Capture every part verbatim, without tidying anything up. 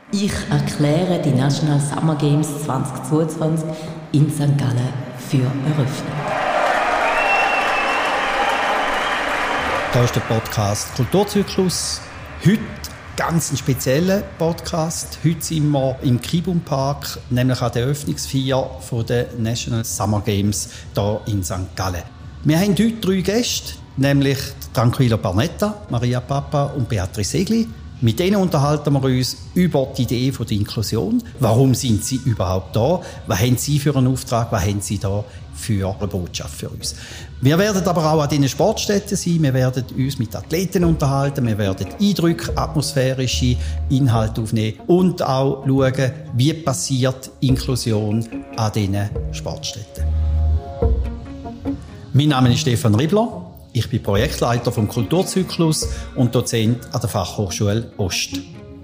Ich erkläre die National Summer Games zweitausendzweiundzwanzig in Sankt Gallen für eröffnet. Hier ist der Podcast Kulturzyklus. Heute ganz ein spezieller Podcast. Heute sind wir im Kibum Park, nämlich an der Eröffnungsfeier der National Summer Games hier in Sankt Gallen. Wir haben heute drei Gäste, nämlich Tranquillo Barnetta, Maria Papa und Beatrice Egli. Mit denen unterhalten wir uns über die Idee der Inklusion. Warum sind sie überhaupt da? Was haben sie für einen Auftrag? Was haben sie da für eine Botschaft für uns? Wir werden aber auch an diesen Sportstätten sein. Wir werden uns mit Athleten unterhalten. Wir werden Eindrücke, atmosphärische Inhalte aufnehmen und auch schauen, wie passiert Inklusion an diesen Sportstätten. Mein Name ist Stefan Ribler. Ich bin Projektleiter vom Kulturzyklus und Dozent an der Fachhochschule Ost.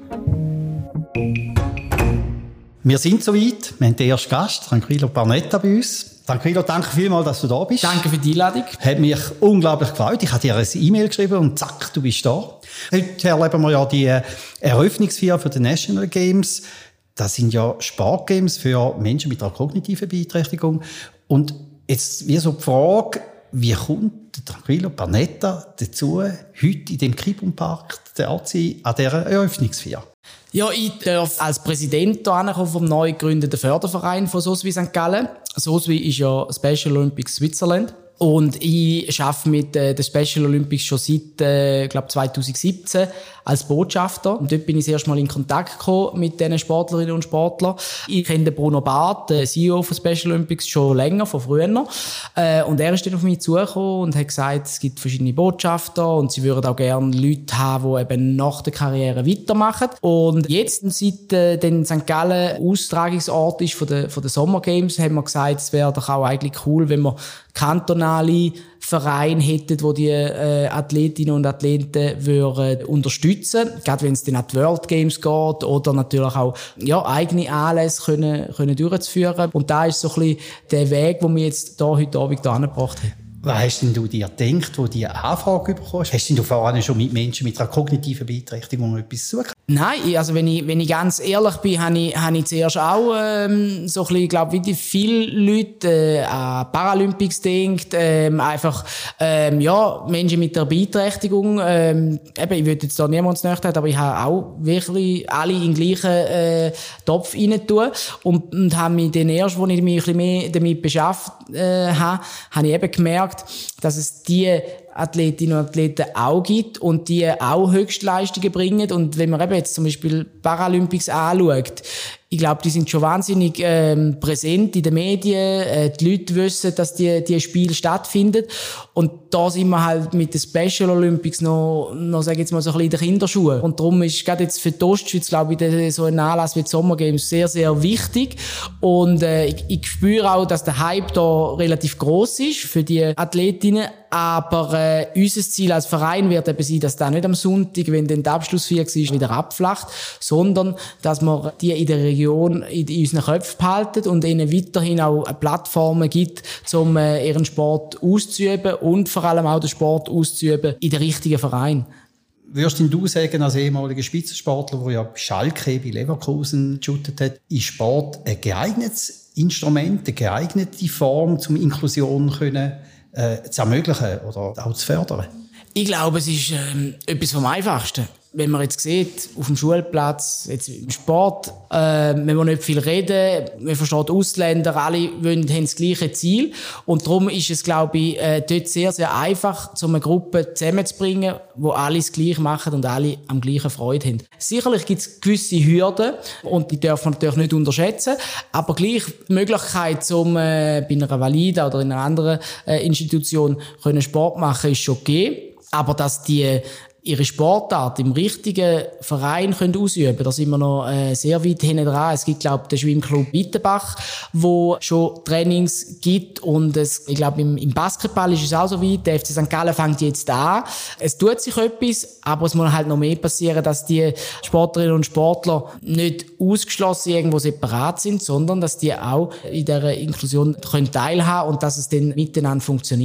Wir sind soweit. Wir haben den ersten Gast, Tranquillo Barnetta, bei uns. Tranquillo, danke vielmals, dass du da bist. Danke für die Einladung. Hat mich unglaublich gefreut. Ich habe dir eine E-Mail geschrieben und zack, du bist da. Heute erleben wir ja die Eröffnungsfeier für die National Games. Das sind ja Sportgames für Menschen mit einer kognitiven Beeinträchtigung. Und jetzt wie so die Frage, wie kommt Tranquillo Barnetta dazu, heute in dem Kibum Park an dieser Eröffnungsfeier? Ja, ich darf als Präsident hier vom neu gegründeten Förderverein von SOSWI Sankt Gallen. SOSWI ist ja Special Olympics Switzerland. Und ich arbeite mit äh, den Special Olympics schon seit, äh, glaube zweitausendsiebzehn als Botschafter. Und dort bin ich das erste Mal in Kontakt gekommen mit diesen Sportlerinnen und Sportlern. Ich kenne den Bruno Barth, den C E O von Special Olympics, schon länger, von früher. Äh, und er ist dann auf mich zugekommen und hat gesagt, es gibt verschiedene Botschafter und sie würden auch gerne Leute haben, die eben nach der Karriere weitermachen. Und jetzt, seit äh, den Sankt Gallen Austragungsort ist von den, von den Summer Games, haben wir gesagt, es wäre doch auch eigentlich cool, wenn wir kantonale Vereine hätten, die die äh, Athletinnen und Athleten würden unterstützen, gerade wenn es dann an die World Games geht oder natürlich auch ja, eigene Anlässe können, können durchzuführen. Und da ist so ein bisschen der Weg, den wir jetzt hier heute Abend hier angebracht haben. Was hast denn du dir gedacht, wo du diese Anfrage bekommen hast? Hast denn du vorhin schon mit Menschen mit einer kognitiven Beeinträchtigung etwas zu tun? Nein, also wenn ich, wenn ich ganz ehrlich bin, habe ich, habe ich zuerst auch ähm, so ein bisschen, glaube wie die viele Leute äh, an Paralympics denkt, ähm, einfach ähm, ja Menschen mit der Beeinträchtigung. Ähm, eben, ich würde jetzt da niemanden näher treten, aber ich habe auch wirklich alle in den gleichen äh, Topf rein tun und, und habe mich dann erst, als ich mich ein bisschen mehr damit beschäftigt äh, habe, habe ich eben gemerkt, dass es die Athletinnen und Athleten auch gibt und die auch Höchstleistungen bringen. Und wenn man eben jetzt zum Beispiel Paralympics anschaut, ich glaube, die sind schon wahnsinnig ähm, präsent in den Medien. Äh, die Leute wissen, dass die, die Spiele stattfinden. Und da sind wir halt mit den Special Olympics noch, noch sag ich jetzt mal, so ein bisschen in den Kinderschuhen. Und darum ist gerade jetzt für die Ostschweiz, glaube ich, so ein Anlass wie die Sommer Games sehr, sehr wichtig. Und äh, ich, ich spüre auch, dass der Hype da relativ gross ist für die Athletinnen. Aber äh, unser Ziel als Verein wird eben sein, dass da nicht am Sonntag, wenn dann die Abschlussfeier ist, wieder abflacht, sondern dass wir die in der Region in unseren Köpfen behalten und ihnen weiterhin auch Plattformen gibt, um äh, ihren Sport auszuüben und vor allem auch den Sport auszuüben in den richtigen Verein. Würdest denn du sagen, als ehemaliger Spitzensportler, der ja bei Schalke, bei Leverkusen geshootet hat, ist Sport ein geeignetes Instrument, eine geeignete Form, um Inklusion können, äh, zu ermöglichen oder auch zu fördern? Ich glaube, es ist ähm, etwas vom Einfachsten. Wenn man jetzt sieht, auf dem Schulplatz, jetzt im Sport, äh, wenn wir nicht viel reden, man versteht Ausländer, alle wollen, haben das gleiche Ziel. Und darum ist es, glaube ich, äh, dort sehr, sehr einfach, so eine Gruppe zusammenzubringen, wo alle das Gleiche machen und alle am gleichen Freude haben. Sicherlich gibt es gewisse Hürden und die darf man natürlich nicht unterschätzen, aber gleich die Möglichkeit, um äh, bei einer Valida oder in einer anderen äh, Institution können Sport machen, ist schon gegeben. Aber dass die ihre Sportart im richtigen Verein können ausüben können. Da sind wir noch äh, sehr weit hinten dran. Es gibt, glaube ich, den Schwimmclub Bittenbach, wo schon Trainings gibt. Und es, ich glaube, im, im Basketball ist es auch so weit. Der F C Sankt Gallen fängt jetzt an. Es tut sich etwas, aber es muss halt noch mehr passieren, dass die Sportlerinnen und Sportler nicht ausgeschlossen irgendwo separat sind, sondern dass die auch in dieser Inklusion können teilhaben und dass es dann miteinander funktioniert.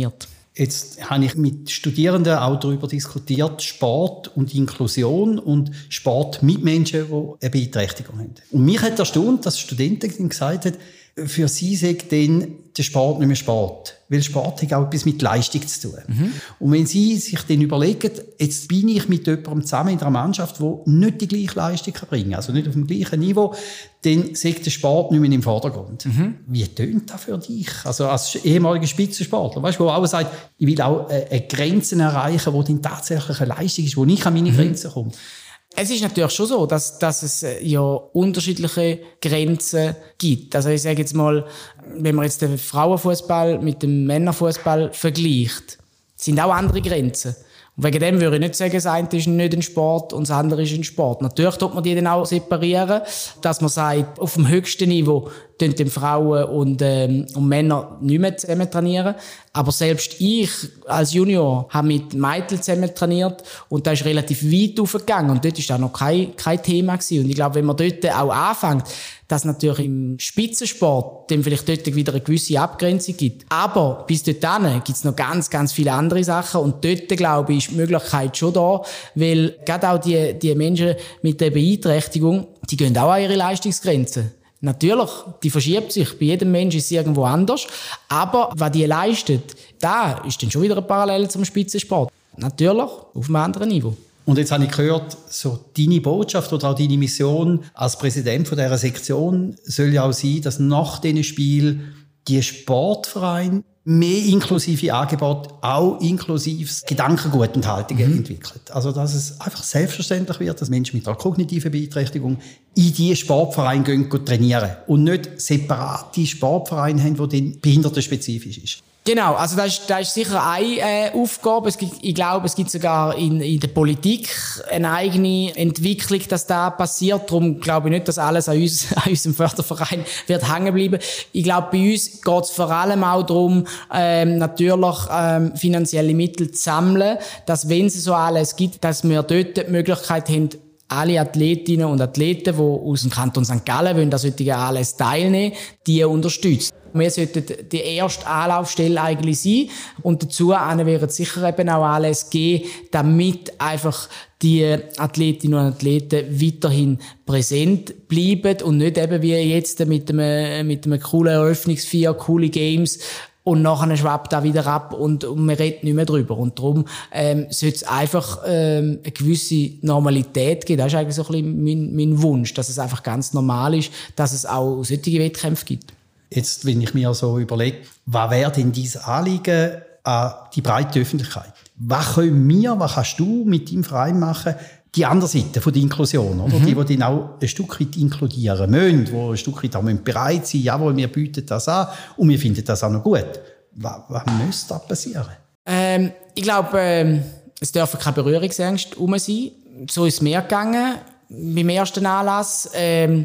Jetzt habe ich mit Studierenden auch darüber diskutiert, Sport und Inklusion und Sport mit Menschen, die eine Beeinträchtigung haben. Und mich hat erstaunt, dass Studenten gesagt haben, für sie sagt dann der Sport nicht mehr Sport. Weil Sport hat auch etwas mit Leistung zu tun. Mhm. Und wenn sie sich dann überlegen, jetzt bin ich mit jemandem zusammen in einer Mannschaft, die nicht die gleiche Leistung bringen kann, also nicht auf dem gleichen Niveau, dann sagt der Sport nicht mehr im Vordergrund. Mhm. Wie tönt das für dich? Also als ehemaliger Spitzensportler, weißt du, wo auch sagt, ich will auch eine Grenze erreichen, die dann tatsächlich eine Leistung ist, wo ich an meine Grenzen komme. Es ist natürlich schon so, dass, dass es ja unterschiedliche Grenzen gibt. Also ich sage jetzt mal, wenn man jetzt den Frauenfußball mit dem Männerfußball vergleicht, sind auch andere Grenzen. Und wegen dem würde ich nicht sagen, das eine ist nicht ein Sport und das andere ist ein Sport. Natürlich tut man die dann auch separieren, dass man sagt, auf dem höchsten Niveau tun die Frauen und, ähm, und Männer nicht mehr zusammen trainieren. Aber selbst ich als Junior habe mit Mädchen zusammen trainiert und da ist relativ weit aufgegangen und dort ist auch noch kein, kein Thema gewesen. Und ich glaube, wenn man dort auch anfängt, dass es natürlich im Spitzensport dann vielleicht dort wieder eine gewisse Abgrenzung gibt. Aber bis dorthin gibt es noch ganz, ganz viele andere Sachen und dort, glaube ich, ist die Möglichkeit schon da, weil gerade auch die, die Menschen mit der Beeinträchtigung, die gehen auch an ihre Leistungsgrenzen. Natürlich, die verschiebt sich. Bei jedem Menschen ist es irgendwo anders. Aber was die leistet, da ist dann schon wieder eine Parallele zum Spitzensport. Natürlich, auf einem anderen Niveau. Und jetzt habe ich gehört, so deine Botschaft oder auch deine Mission als Präsident von dieser Sektion soll ja auch sein, dass nach diesen Spielen die Sportvereine mehr inklusive Angebote, auch inklusives Gedankengut und Haltungen mhm. entwickelt. Also, dass es einfach selbstverständlich wird, dass Menschen mit einer kognitiven Beeinträchtigung in diese Sportvereine gehen, gehen trainieren und nicht separate Sportvereine haben, die dann behindertenspezifisch ist. Genau, also das ist, das ist sicher eine äh, Aufgabe. Es gibt, ich glaube, es gibt sogar in, in der Politik eine eigene Entwicklung, dass da passiert. Darum glaube ich nicht, dass alles an uns, an unserem Förderverein wird hängen bleiben. Ich glaube, bei uns geht es vor allem auch darum, ähm, natürlich ähm, finanzielle Mittel zu sammeln, dass, wenn es so alles gibt, dass wir dort die Möglichkeit haben, alle Athletinnen und Athleten, die aus dem Kanton Sankt Gallen wollen, an solchen A L S teilnehmen, die unterstützen. Wir sollten die erste Anlaufstelle eigentlich sein und dazu werden es sicher eben auch A L S geben, damit einfach die Athletinnen und Athleten weiterhin präsent bleiben und nicht eben wie jetzt mit einem, mit einem coolen Eröffnungsfeier, coole Games, und nachher schwappt da wieder ab und, und man redet nicht mehr drüber. Und darum ähm, sollte es einfach ähm, eine gewisse Normalität geben. Das ist eigentlich so ein bisschen mein, mein Wunsch, dass es einfach ganz normal ist, dass es auch solche Wettkämpfe gibt. Jetzt, wenn ich mir so überlege, was wäre denn dein Anliegen an die breite Öffentlichkeit? Was können wir, was kannst du mit deinem Verein machen, die andere Seite von der Inklusion, oder? Mhm. Die, die dann auch ein Stück weit inkludieren müssen, die ein Stück weit auch bereit sein, jawohl, wir bieten das an und wir finden das auch noch gut. Was, was müsste da passieren? Ähm, ich glaube, ähm, es dürfen keine Berührungsängste herum sein. So ist es mir gegangen beim ersten Anlass. Ähm,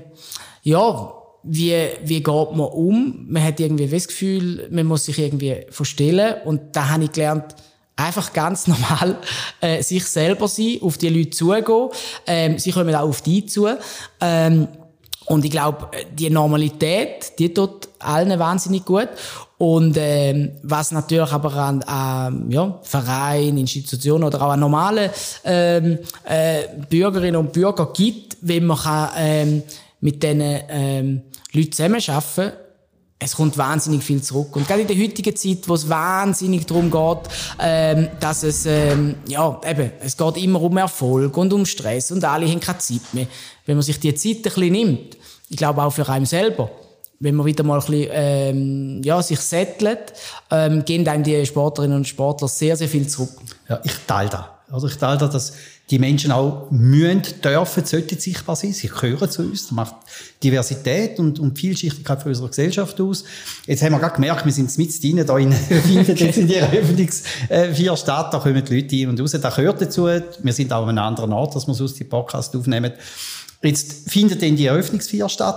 ja, wie, wie geht man um? Man hat irgendwie das Gefühl, man muss sich irgendwie verstellen. Und da habe ich gelernt, einfach ganz normal äh, sich selber sein, auf die Leute zugehen. Ähm, sie kommen auch auf die zu. Ähm, und ich glaube, die Normalität, die tut allen wahnsinnig gut. Und ähm, was natürlich aber an, an ja, Vereinen, Institutionen oder auch an normalen ähm, äh, Bürgerinnen und Bürgern gibt, wenn man kann, ähm, mit diesen ähm, Leuten zusammenarbeiten kann, es kommt wahnsinnig viel zurück. Und gerade in der heutigen Zeit, wo es wahnsinnig darum geht, ähm, dass es, ähm, ja, eben, es geht immer um Erfolg und um Stress und alle haben keine Zeit mehr. Wenn man sich die Zeit ein bisschen nimmt, ich glaube auch für einen selber, wenn man wieder mal ein bisschen, ähm, ja, sich settelt, ähm, gehen einem die Sportlerinnen und Sportler sehr, sehr viel zurück. Ja, ich teile das. Also ich teile das, dass die Menschen auch müssen, dürfen, sollten sichtbar sein. Sie gehören zu uns. Das macht Diversität und, und Vielschichtigkeit für unsere Gesellschaft aus. Jetzt haben wir gerade gemerkt, wir sind mit drin, da in, findet jetzt in die Eröffnungsfeier statt. Da kommen die Leute ein und raus. Das gehört dazu. Wir sind auch an einem anderen Ort, dass wir sonst die Podcast aufnehmen. Jetzt findet dann die Eröffnungsfeier statt.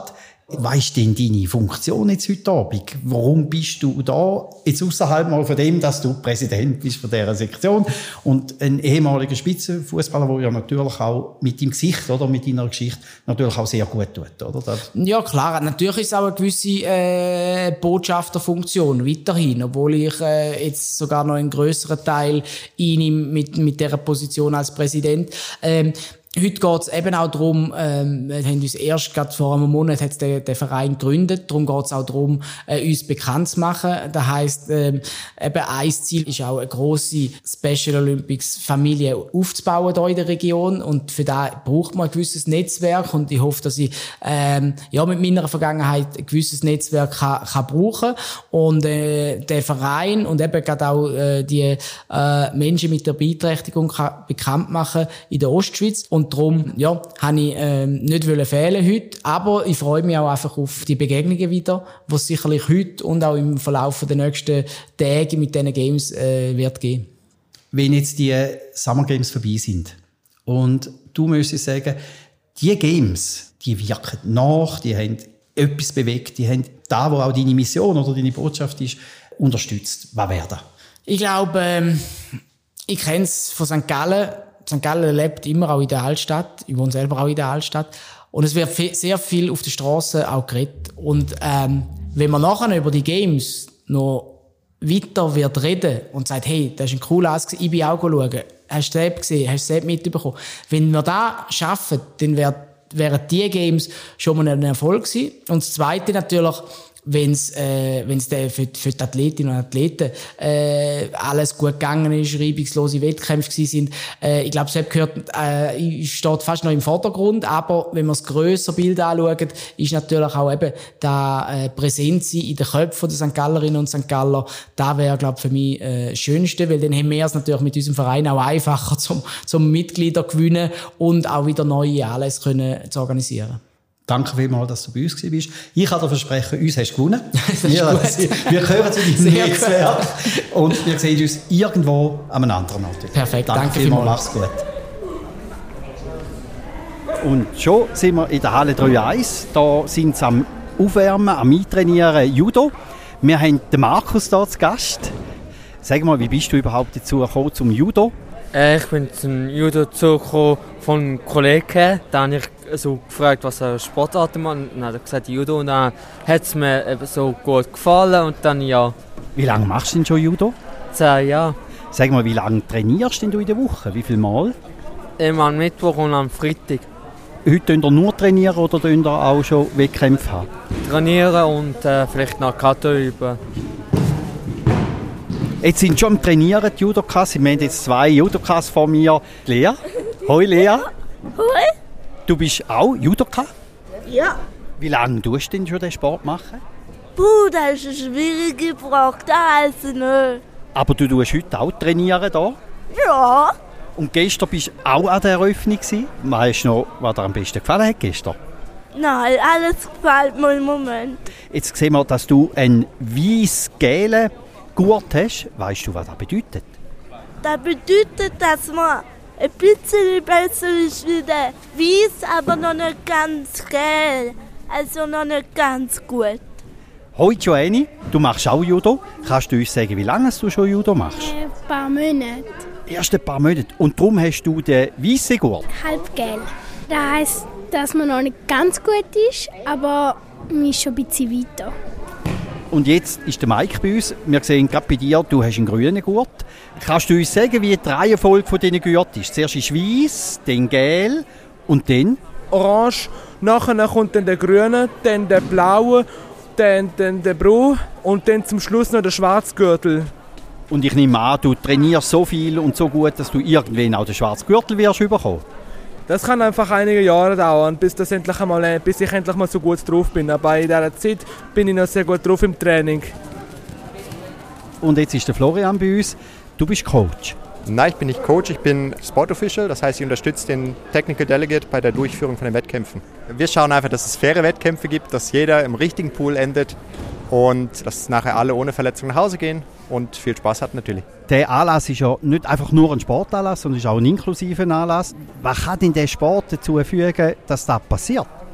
Was ist denn deine Funktion jetzt heute Abend? Warum bist du da? Jetzt ausserhalb mal von dem, dass du Präsident bist von dieser Sektion und ein ehemaliger Spitzenfußballer, der ja natürlich auch mit deinem Gesicht oder mit deiner Geschichte natürlich auch sehr gut tut, oder? Das ja klar, natürlich ist es auch eine gewisse äh, Botschafterfunktion weiterhin, obwohl ich äh, jetzt sogar noch einen grösseren Teil einnehme mit, mit dieser Position als Präsident. Ähm, Heute geht es eben auch darum, ähm, wir haben uns erst gerade vor einem Monat hat's den, den Verein gegründet, darum geht es auch darum, äh, uns bekannt zu machen. Das heisst, ähm, eben ein Ziel ist auch eine grosse Special Olympics Familie aufzubauen hier in der Region und für das braucht man ein gewisses Netzwerk und ich hoffe, dass ich ähm, ja, mit meiner Vergangenheit ein gewisses Netzwerk kann, kann brauchen und äh, der Verein und eben gerade auch äh, die äh, Menschen mit der Beeinträchtigung kann bekannt machen in der Ostschweiz. Und darum, ja, habe ich ähm, nicht fehlen heute, aber ich freue mich auch einfach auf die Begegnungen wieder, die es sicherlich heute und auch im Verlauf der nächsten Tage mit diesen Games äh, wird geben. Wenn jetzt die Summer Games vorbei sind und du müsstest sagen, die Games, die wirken nach, die haben etwas bewegt, die haben da, wo auch deine Mission oder deine Botschaft ist, unterstützt. Was wäre das? Ich glaube, ähm, ich kenne es von Sankt Gallen. Sankt Gallen lebt immer auch in der Altstadt. Ich wohne selber auch in der Altstadt. Und es wird sehr viel auf der Straße auch geredet. Und ähm, wenn man nachher über die Games noch weiter wird reden und sagt, hey, das ist ein cooler Anlass, ich bin auch schauen. Hast du das gesehen? Hast du das mitbekommen? Wenn wir das schaffen, dann wär, wären die Games schon mal ein Erfolg gewesen. Und das Zweite natürlich, wenn es äh, wenn's für, für die Athletinnen und Athleten äh, alles gut gegangen ist, reibungslose Wettkämpfe gewesen sind. Äh, ich glaube, das gehört, äh, steht fast noch im Vordergrund, aber wenn man das grössere Bild anschaut, ist natürlich auch eben da äh, präsent sein in den Köpfen der Sankt Gallerinnen und Sankt Galler. Da wäre, glaube ich, für mich äh, das Schönste, weil dann haben wir es natürlich mit unserem Verein auch einfacher zum, zum Mitglieder gewinnen und auch wieder neue Anlässe können zu organisieren. Danke vielmals, dass du bei uns bist. Ich kann dir versprechen, uns hast du gewonnen. Das wir, ist wir gehören zu deinem Netzwerk und wir sehen uns irgendwo an einem anderen Ort. Perfekt, danke, danke vielmals. Mach's gut. Und schon sind wir in der Halle drei eins. Da sind sie am Aufwärmen, am Eintrainieren Judo. Wir haben den Markus hier zu Gast. Sag mal, wie bist du überhaupt dazu gekommen zum Judo? Äh, ich bin zum Judo dazugekommen von einem Kollegen. Da habe ich so gefragt, was er Sportarten macht. Und dann hat er gesagt Judo. Und dann hat es mir eben so gut gefallen. Und dann ja. Wie lange machst du denn schon Judo? Zehn Jahre. Sag mal, wie lange trainierst du in der Woche? Wie viel Mal? Immer am Mittwoch und am Freitag. Heute trainiert ihr nur trainieren oder trainiert ihr auch schon Wettkämpfe haben? Trainieren und äh, vielleicht noch Kata üben. Jetzt sind schon am Trainieren die Judokas. Wir haben jetzt zwei Judokas vor mir. Lea. Hoi Lea. Hoi. Du bist auch Judoka? Ja. Wie lange tust du denn schon den Sport machen? Puh, das ist eine schwierige Frage, das heisst nicht. Aber du tust heute auch trainieren hier? Ja. Und gestern bist du auch an der Eröffnung gewesen. Weißt du noch, was dir am besten gefallen hat gestern? Nein, alles gefällt mir im Moment. Jetzt sehen wir, dass du einen weiss-gelben Gurt hast. Weißt du, was das bedeutet? Das bedeutet, dass man ein bisschen besser ist wie der Weiss, aber noch nicht ganz gel. Also noch nicht ganz gut. Hoi Joanny, du machst auch Judo. Kannst du uns sagen, wie lange du schon Judo machst? Ein paar Monate. Erst ein paar Monate. Und darum hast du den weißen Gurt? Halbgel. Das heisst, dass man noch nicht ganz gut ist, aber man ist schon ein bisschen weiter. Und jetzt ist der Mike bei uns. Wir sehen gerade bei dir, du hast einen grünen Gurt. Kannst du uns sagen, wie die Reihenfolge von diesen Gürteln ist? Zuerst ist weiß, dann gel und dann? Orange, nachher kommt dann der grüne, dann der blaue, dann, dann der braun und dann zum Schluss noch der schwarze Gürtel. Und ich nehme an, du trainierst so viel und so gut, dass du irgendwann auch den schwarzen Gürtel wirst bekommen. Das kann einfach einige Jahre dauern, bis, das endlich einmal, bis ich endlich mal so gut drauf bin. Aber in dieser Zeit bin ich noch sehr gut drauf im Training. Und jetzt ist der Florian bei uns. Du bist Coach. Nein, ich bin nicht Coach, ich bin Sport Official. Das heißt, ich unterstütze den Technical Delegate bei der Durchführung von den Wettkämpfen. Wir schauen einfach, dass es faire Wettkämpfe gibt, dass jeder im richtigen Pool endet und dass nachher alle ohne Verletzung nach Hause gehen und viel Spaß hat natürlich. Der Anlass ist ja nicht einfach nur ein Sportanlass, sondern ist auch ein inklusiver Anlass. Was kann denn der Sport dazu fügen, dass das passiert?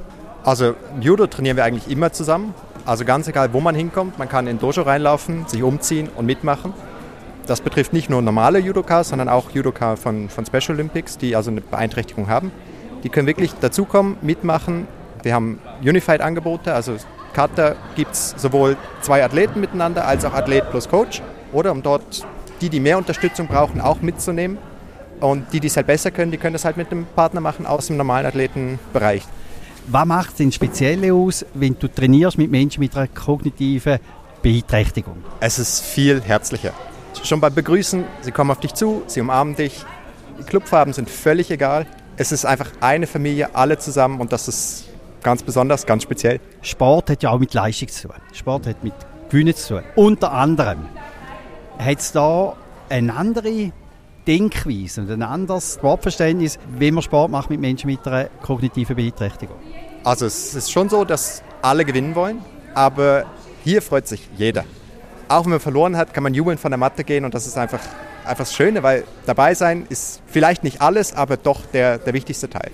Also Judo trainieren wir eigentlich immer zusammen. Also ganz egal, wo man hinkommt, man kann in Dojo reinlaufen, sich umziehen und mitmachen. Das betrifft nicht nur normale Judokas, sondern auch Judoka von, von Special Olympics, die also eine Beeinträchtigung haben. Die können wirklich dazukommen, mitmachen. Wir haben Unified-Angebote, also Kata gibt es sowohl zwei Athleten miteinander als auch Athlet plus Coach. Oder um dort die, die mehr Unterstützung brauchen, auch mitzunehmen. Und die, die es halt besser können, die können das halt mit einem Partner machen aus dem normalen Athletenbereich. Was macht es denn speziell aus, wenn du trainierst mit Menschen mit einer kognitiven Beeinträchtigung? Es ist viel herzlicher. Schon beim Begrüßen, sie kommen auf dich zu, sie umarmen dich. Die Clubfarben sind völlig egal. Es ist einfach eine Familie, alle zusammen und das ist ganz besonders, ganz speziell. Sport hat ja auch mit Leistung zu tun. Sport hat mit Gewinnen zu tun. Unter anderem hat es da eine andere Denkweise und ein anderes Sportverständnis, wenn man Sport macht mit Menschen mit einer kognitiven Beeinträchtigung? Also es ist schon so, dass alle gewinnen wollen, aber hier freut sich jeder. Auch wenn man verloren hat, kann man jubelnd von der Matte gehen und das ist einfach, einfach das Schöne, weil dabei sein ist vielleicht nicht alles, aber doch der, der wichtigste Teil.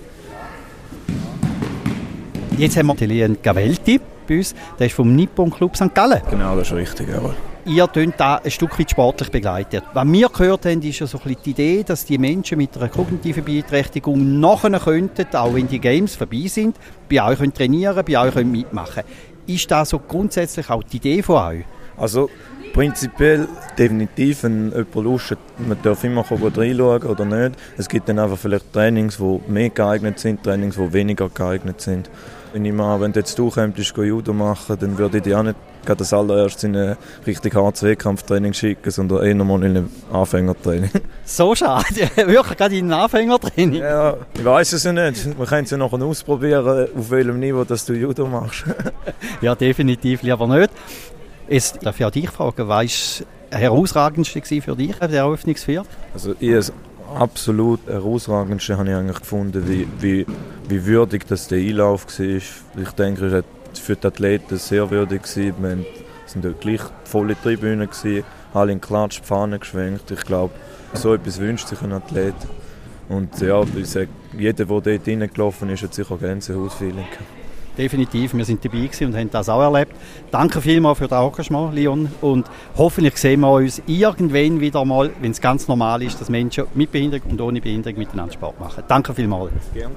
Jetzt haben wir Telian Gavelti bei uns, der ist vom Nippon Club Sankt Gallen. Genau, das ist richtig, jawohl. Ihr könnt da ein Stück weit sportlich begleiten. Was wir gehört haben, ist ja so ein bisschen die Idee, dass die Menschen mit einer kognitiven Beeinträchtigung nachher könnten, auch wenn die Games vorbei sind, bei euch können trainieren, bei euch können mitmachen. Ist das so grundsätzlich auch die Idee von euch? Also prinzipiell definitiv, wenn jemand Lust hat, man darf immer reinschauen oder nicht. Es gibt dann einfach vielleicht Trainings, die mehr geeignet sind, Trainings, die weniger geeignet sind. Wenn ich mal, wenn du jetzt du könntest Judo machen, dann würde ich dich auch nicht gerade das allererste in ein richtig hartes Wettkampftraining schicken, sondern eher mal in ein Anfängertraining. So schade, wirklich gerade in ein Anfängertraining? Ja, ich weiss es ja nicht. Wir können es ja nachher ausprobieren, auf welchem Niveau dass du Judo machst. Ja, definitiv lieber nicht. Jetzt darf ich auch dich fragen, was war das herausragendste für dich, der Eröffnungsfeier? Also ich das absolut herausragendste habe ich eigentlich gefunden, wie, wie, wie würdig das der Einlauf war. Ich denke, es war für die Athleten sehr würdig. Wir waren dort gleich volle Tribünen, alle in Klatsch, die Fahnen geschwenkt. Ich glaube, so etwas wünscht sich ein Athlet. Und ja, ich sage, jeder, der dort reingelaufen ist, hat sicher Gänsehautfeeling. Definitiv, wir sind dabei gewesen und haben das auch erlebt. Danke vielmals für das Engagement, Leon. Und hoffentlich sehen wir uns irgendwann wieder mal, wenn es ganz normal ist, dass Menschen mit Behinderung und ohne Behinderung miteinander Sport machen. Danke vielmals. Gerne.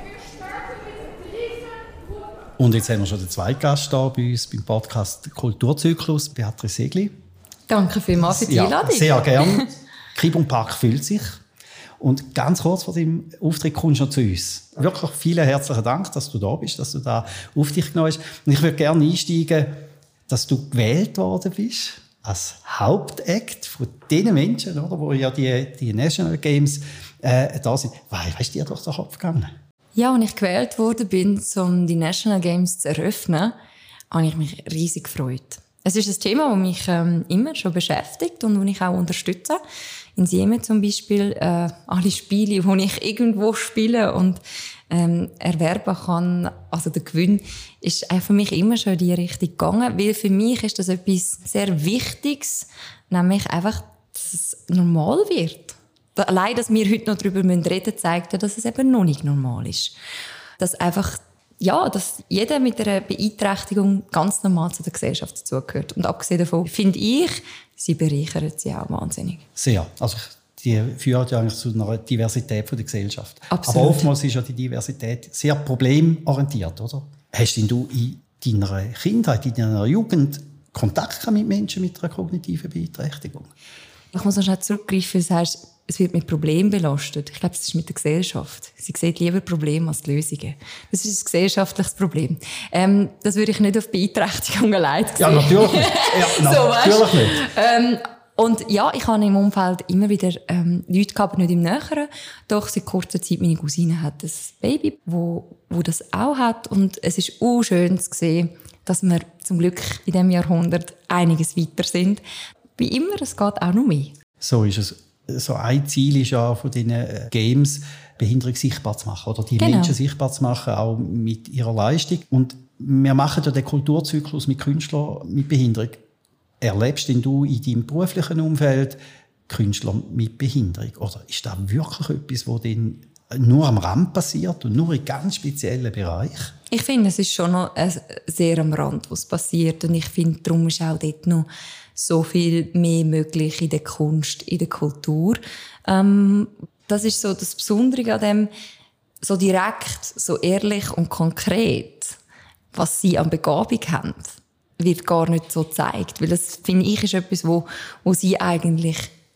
Und jetzt haben wir schon den zweiten Gast da bei uns beim Podcast Kulturzyklus, Beatrice Segli. Danke vielmals für die Einladung. Ja, sehr gerne. Kribum Park füllt sich. Und ganz kurz vor deinem Auftritt kommst du noch zu uns. Wirklich vielen herzlichen Dank, dass du da bist, dass du da auf dich genommen hast. Und ich würde gerne einsteigen, dass du gewählt worden bist als Hauptakt von den Menschen, oder, wo ja die, die National Games äh, da sind. Was ist dir durch den Kopf gegangen? Ja, als ich gewählt worden bin, um die National Games zu eröffnen, habe ich mich riesig gefreut. Es ist ein Thema, das mich ähm, immer schon beschäftigt und das ich auch unterstütze. In Jemen zum Beispiel, äh, alle Spiele, die ich irgendwo spiele und ähm, erwerben kann, also der Gewinn, ist auch für mich immer schon in die Richtung gegangen, weil für mich ist das etwas sehr Wichtiges, nämlich einfach, dass es normal wird. Allein, dass wir heute noch darüber reden müssen, zeigt ja, dass es eben noch nicht normal ist. Dass einfach, ja, dass jeder mit einer Beeinträchtigung ganz normal zu der Gesellschaft dazugehört. Und abgesehen davon finde ich, sie bereichern sie auch wahnsinnig. Sehr. Also die führen ja eigentlich zu einer Diversität von der Gesellschaft. Absolut. Aber oftmals ist ja die Diversität sehr problemorientiert, oder? Hast denn du in deiner Kindheit, in deiner Jugend Kontakt mit Menschen mit einer kognitiven Beeinträchtigung? Ich muss noch schnell zurückgreifen, du sagst, es wird mit Problemen belastet. Ich glaube, es ist mit der Gesellschaft. Sie sieht lieber Probleme als Lösungen. Das ist ein gesellschaftliches Problem. Ähm, das würde ich nicht auf Beeinträchtigung allein sehen. Ja, natürlich nicht. Ja, so, natürlich nicht. Ähm, und ja, ich habe im Umfeld immer wieder ähm, Leute gehabt, nicht im Näheren. Doch seit kurzer Zeit, meine Cousine hat ein Baby, wo, wo das auch hat. Und es ist auch schön zu sehen, dass wir zum Glück in diesem Jahrhundert einiges weiter sind. Wie immer, es geht auch noch mehr. So ist es. So ein Ziel ist ja von diesen Games, Behinderung sichtbar zu machen oder die genau. Menschen sichtbar zu machen, auch mit ihrer Leistung. Und wir machen ja den Kulturzyklus mit Künstlern mit Behinderung. Erlebst denn du in deinem beruflichen Umfeld Künstler mit Behinderung? Oder ist das wirklich etwas, was denn nur am Rand passiert und nur in ganz speziellen Bereichen? Ich finde, es ist schon noch sehr am Rand, was passiert. Und ich finde, darum ist auch dort noch so viel mehr möglich in der Kunst, in der Kultur. Ähm, das ist so das Besondere an dem, so direkt, so ehrlich und konkret, was sie an Begabung haben, wird gar nicht so gezeigt. Weil das, finde ich, ist etwas, wo, wo sie eigentlich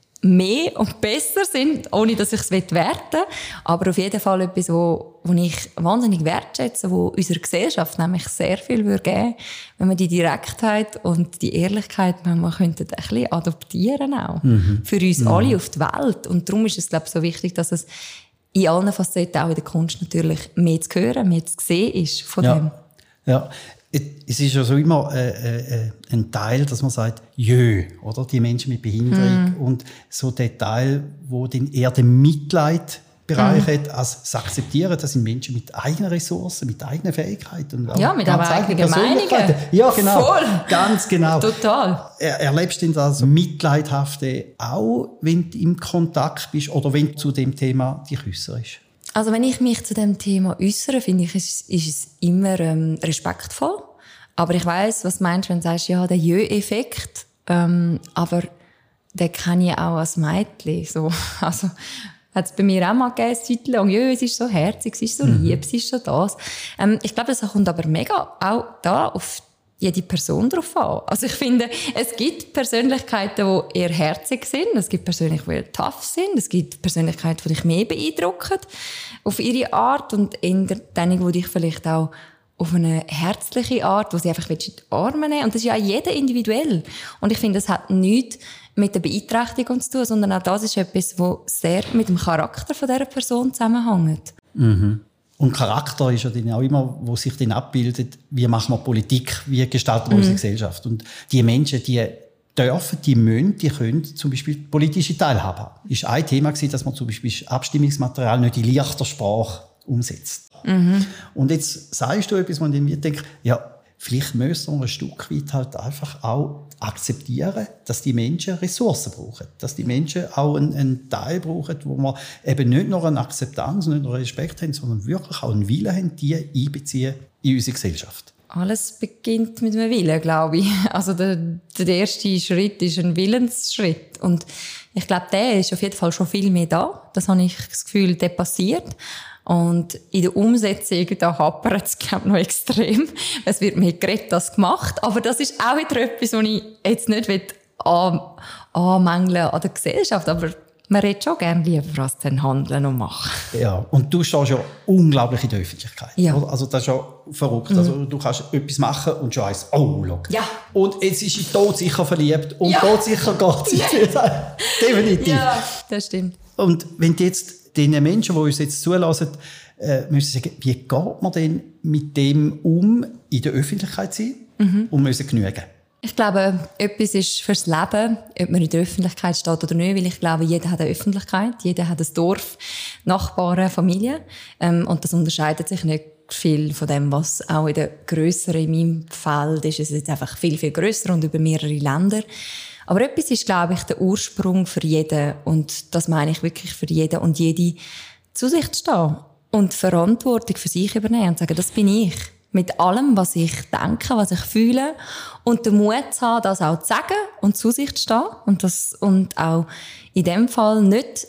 mehr und besser sind, ohne dass ich es werten will. Aber auf jeden Fall etwas, wo, wo ich wahnsinnig wertschätze, wo unserer Gesellschaft nämlich sehr viel würde geben, wenn wir die Direktheit und die Ehrlichkeit manchmal könnten ein bisschen adoptieren auch. Mhm. Für uns mhm. alle auf die Welt. Und darum ist es, glaube ich, so wichtig, dass es in allen Facetten, auch in der Kunst natürlich, mehr zu hören, mehr zu sehen ist von ja. dem. Ja. Es ist ja so immer äh, äh, ein Teil, dass man sagt, jö, oder? Die Menschen mit Behinderung. Mm. Und so der Teil, wo den eher den Mitleidbereich mm. hat, als das Akzeptieren, das sind Menschen mit eigenen Ressourcen, mit eigenen Fähigkeiten. Und ja, mit aber eigenen Meinungen. Ja, genau. Voll. Ganz genau. Total. Er, erlebst du das Mitleidhafte auch, wenn du im Kontakt bist oder wenn du zu dem Thema dich äußerst? Also wenn ich mich zu dem Thema äußere, finde ich, ist, ist es immer ähm, respektvoll. Aber ich weiss, was du meinst, wenn du sagst, ja, der Jö-Effekt, ähm, aber den kenne ich auch als Mädchen. So. Also, hat es bei mir auch mal gegeben, eine Zeit lang, ja, es ist so herzig, es ist so lieb, es ist so das. Ähm, ich glaube, das kommt aber mega auch da auf jede Person drauf an. Also ich finde, es gibt Persönlichkeiten, die eher herzig sind, es gibt Persönlichkeiten, die eher tough sind, es gibt Persönlichkeiten, die dich mehr beeindrucken auf ihre Art und eher diejenigen, die dich vielleicht auch auf eine herzliche Art, wo sie einfach in die Arme nehmen. Und das ist ja auch jeder individuell. Und ich finde, das hat nichts mit der Beeinträchtigung zu tun, sondern auch das ist etwas, was sehr mit dem Charakter von dieser Person zusammenhängt. Mhm. Und Charakter ist ja dann auch immer, wo sich dann abbildet, wie machen wir Politik, wie gestalten wir mhm. unsere Gesellschaft. Und die Menschen, die dürfen, die müssen, die können zum Beispiel politische Teilhabe haben. Es war ein Thema, dass man zum Beispiel Abstimmungsmaterial nicht in leichter Sprache umsetzt. Mhm. Und jetzt sagst du etwas, wo ich mir denke, ja, vielleicht müssen wir ein Stück weit halt einfach auch akzeptieren, dass die Menschen Ressourcen brauchen. Dass die Menschen auch einen, einen Teil brauchen, wo wir eben nicht nur eine Akzeptanz, nicht nur Respekt haben, sondern wirklich auch einen Willen haben, die einbeziehen in unsere Gesellschaft. Alles beginnt mit einem Willen, glaube ich. Also der, der erste Schritt ist ein Willensschritt. Und ich glaube, der ist auf jeden Fall schon viel mehr da. Das habe ich das Gefühl, der passiert. Und in der Umsetzung, da hapert es, glaube ich, noch extrem. Es wird mehr geredet als gemacht. Aber das ist auch wieder etwas, was ich jetzt nicht an, anmängeln an der Gesellschaft. Aber man redet schon gerne lieber, was dann handeln und machen. Ja, und du stehst ja unglaublich in der Öffentlichkeit. Ja. Also das ist ja verrückt. Mhm. Also du kannst etwas machen und schon heisst, oh, schau. Ja. Und jetzt ist sie todsicher verliebt und ja. todsicher geht sie. Ja. Definitiv. Ja, das stimmt. Und wenn du jetzt den Menschen, die uns jetzt zulassen, äh, müssen sagen, wie geht man denn mit dem um, in der Öffentlichkeit zu sein mhm. und müssen genügen? Ich glaube, etwas ist fürs Leben, ob man in der Öffentlichkeit steht oder nicht, weil ich glaube, jeder hat eine Öffentlichkeit, jeder hat ein Dorf, Nachbarn, Familie, ähm, und das unterscheidet sich nicht viel von dem, was auch in der grösseren, in meinem Feld ist. Es ist jetzt einfach viel, viel grösser und über mehrere Länder. Aber etwas ist, glaube ich, der Ursprung für jeden. Und das meine ich wirklich für jeden und jede, zu sich zu stehen und Verantwortung für sich übernehmen und sagen, das bin ich. Mit allem, was ich denke, was ich fühle. Und den Mut zu haben, das auch zu sagen und zu sich zu stehen. Und, das, und auch in dem Fall nicht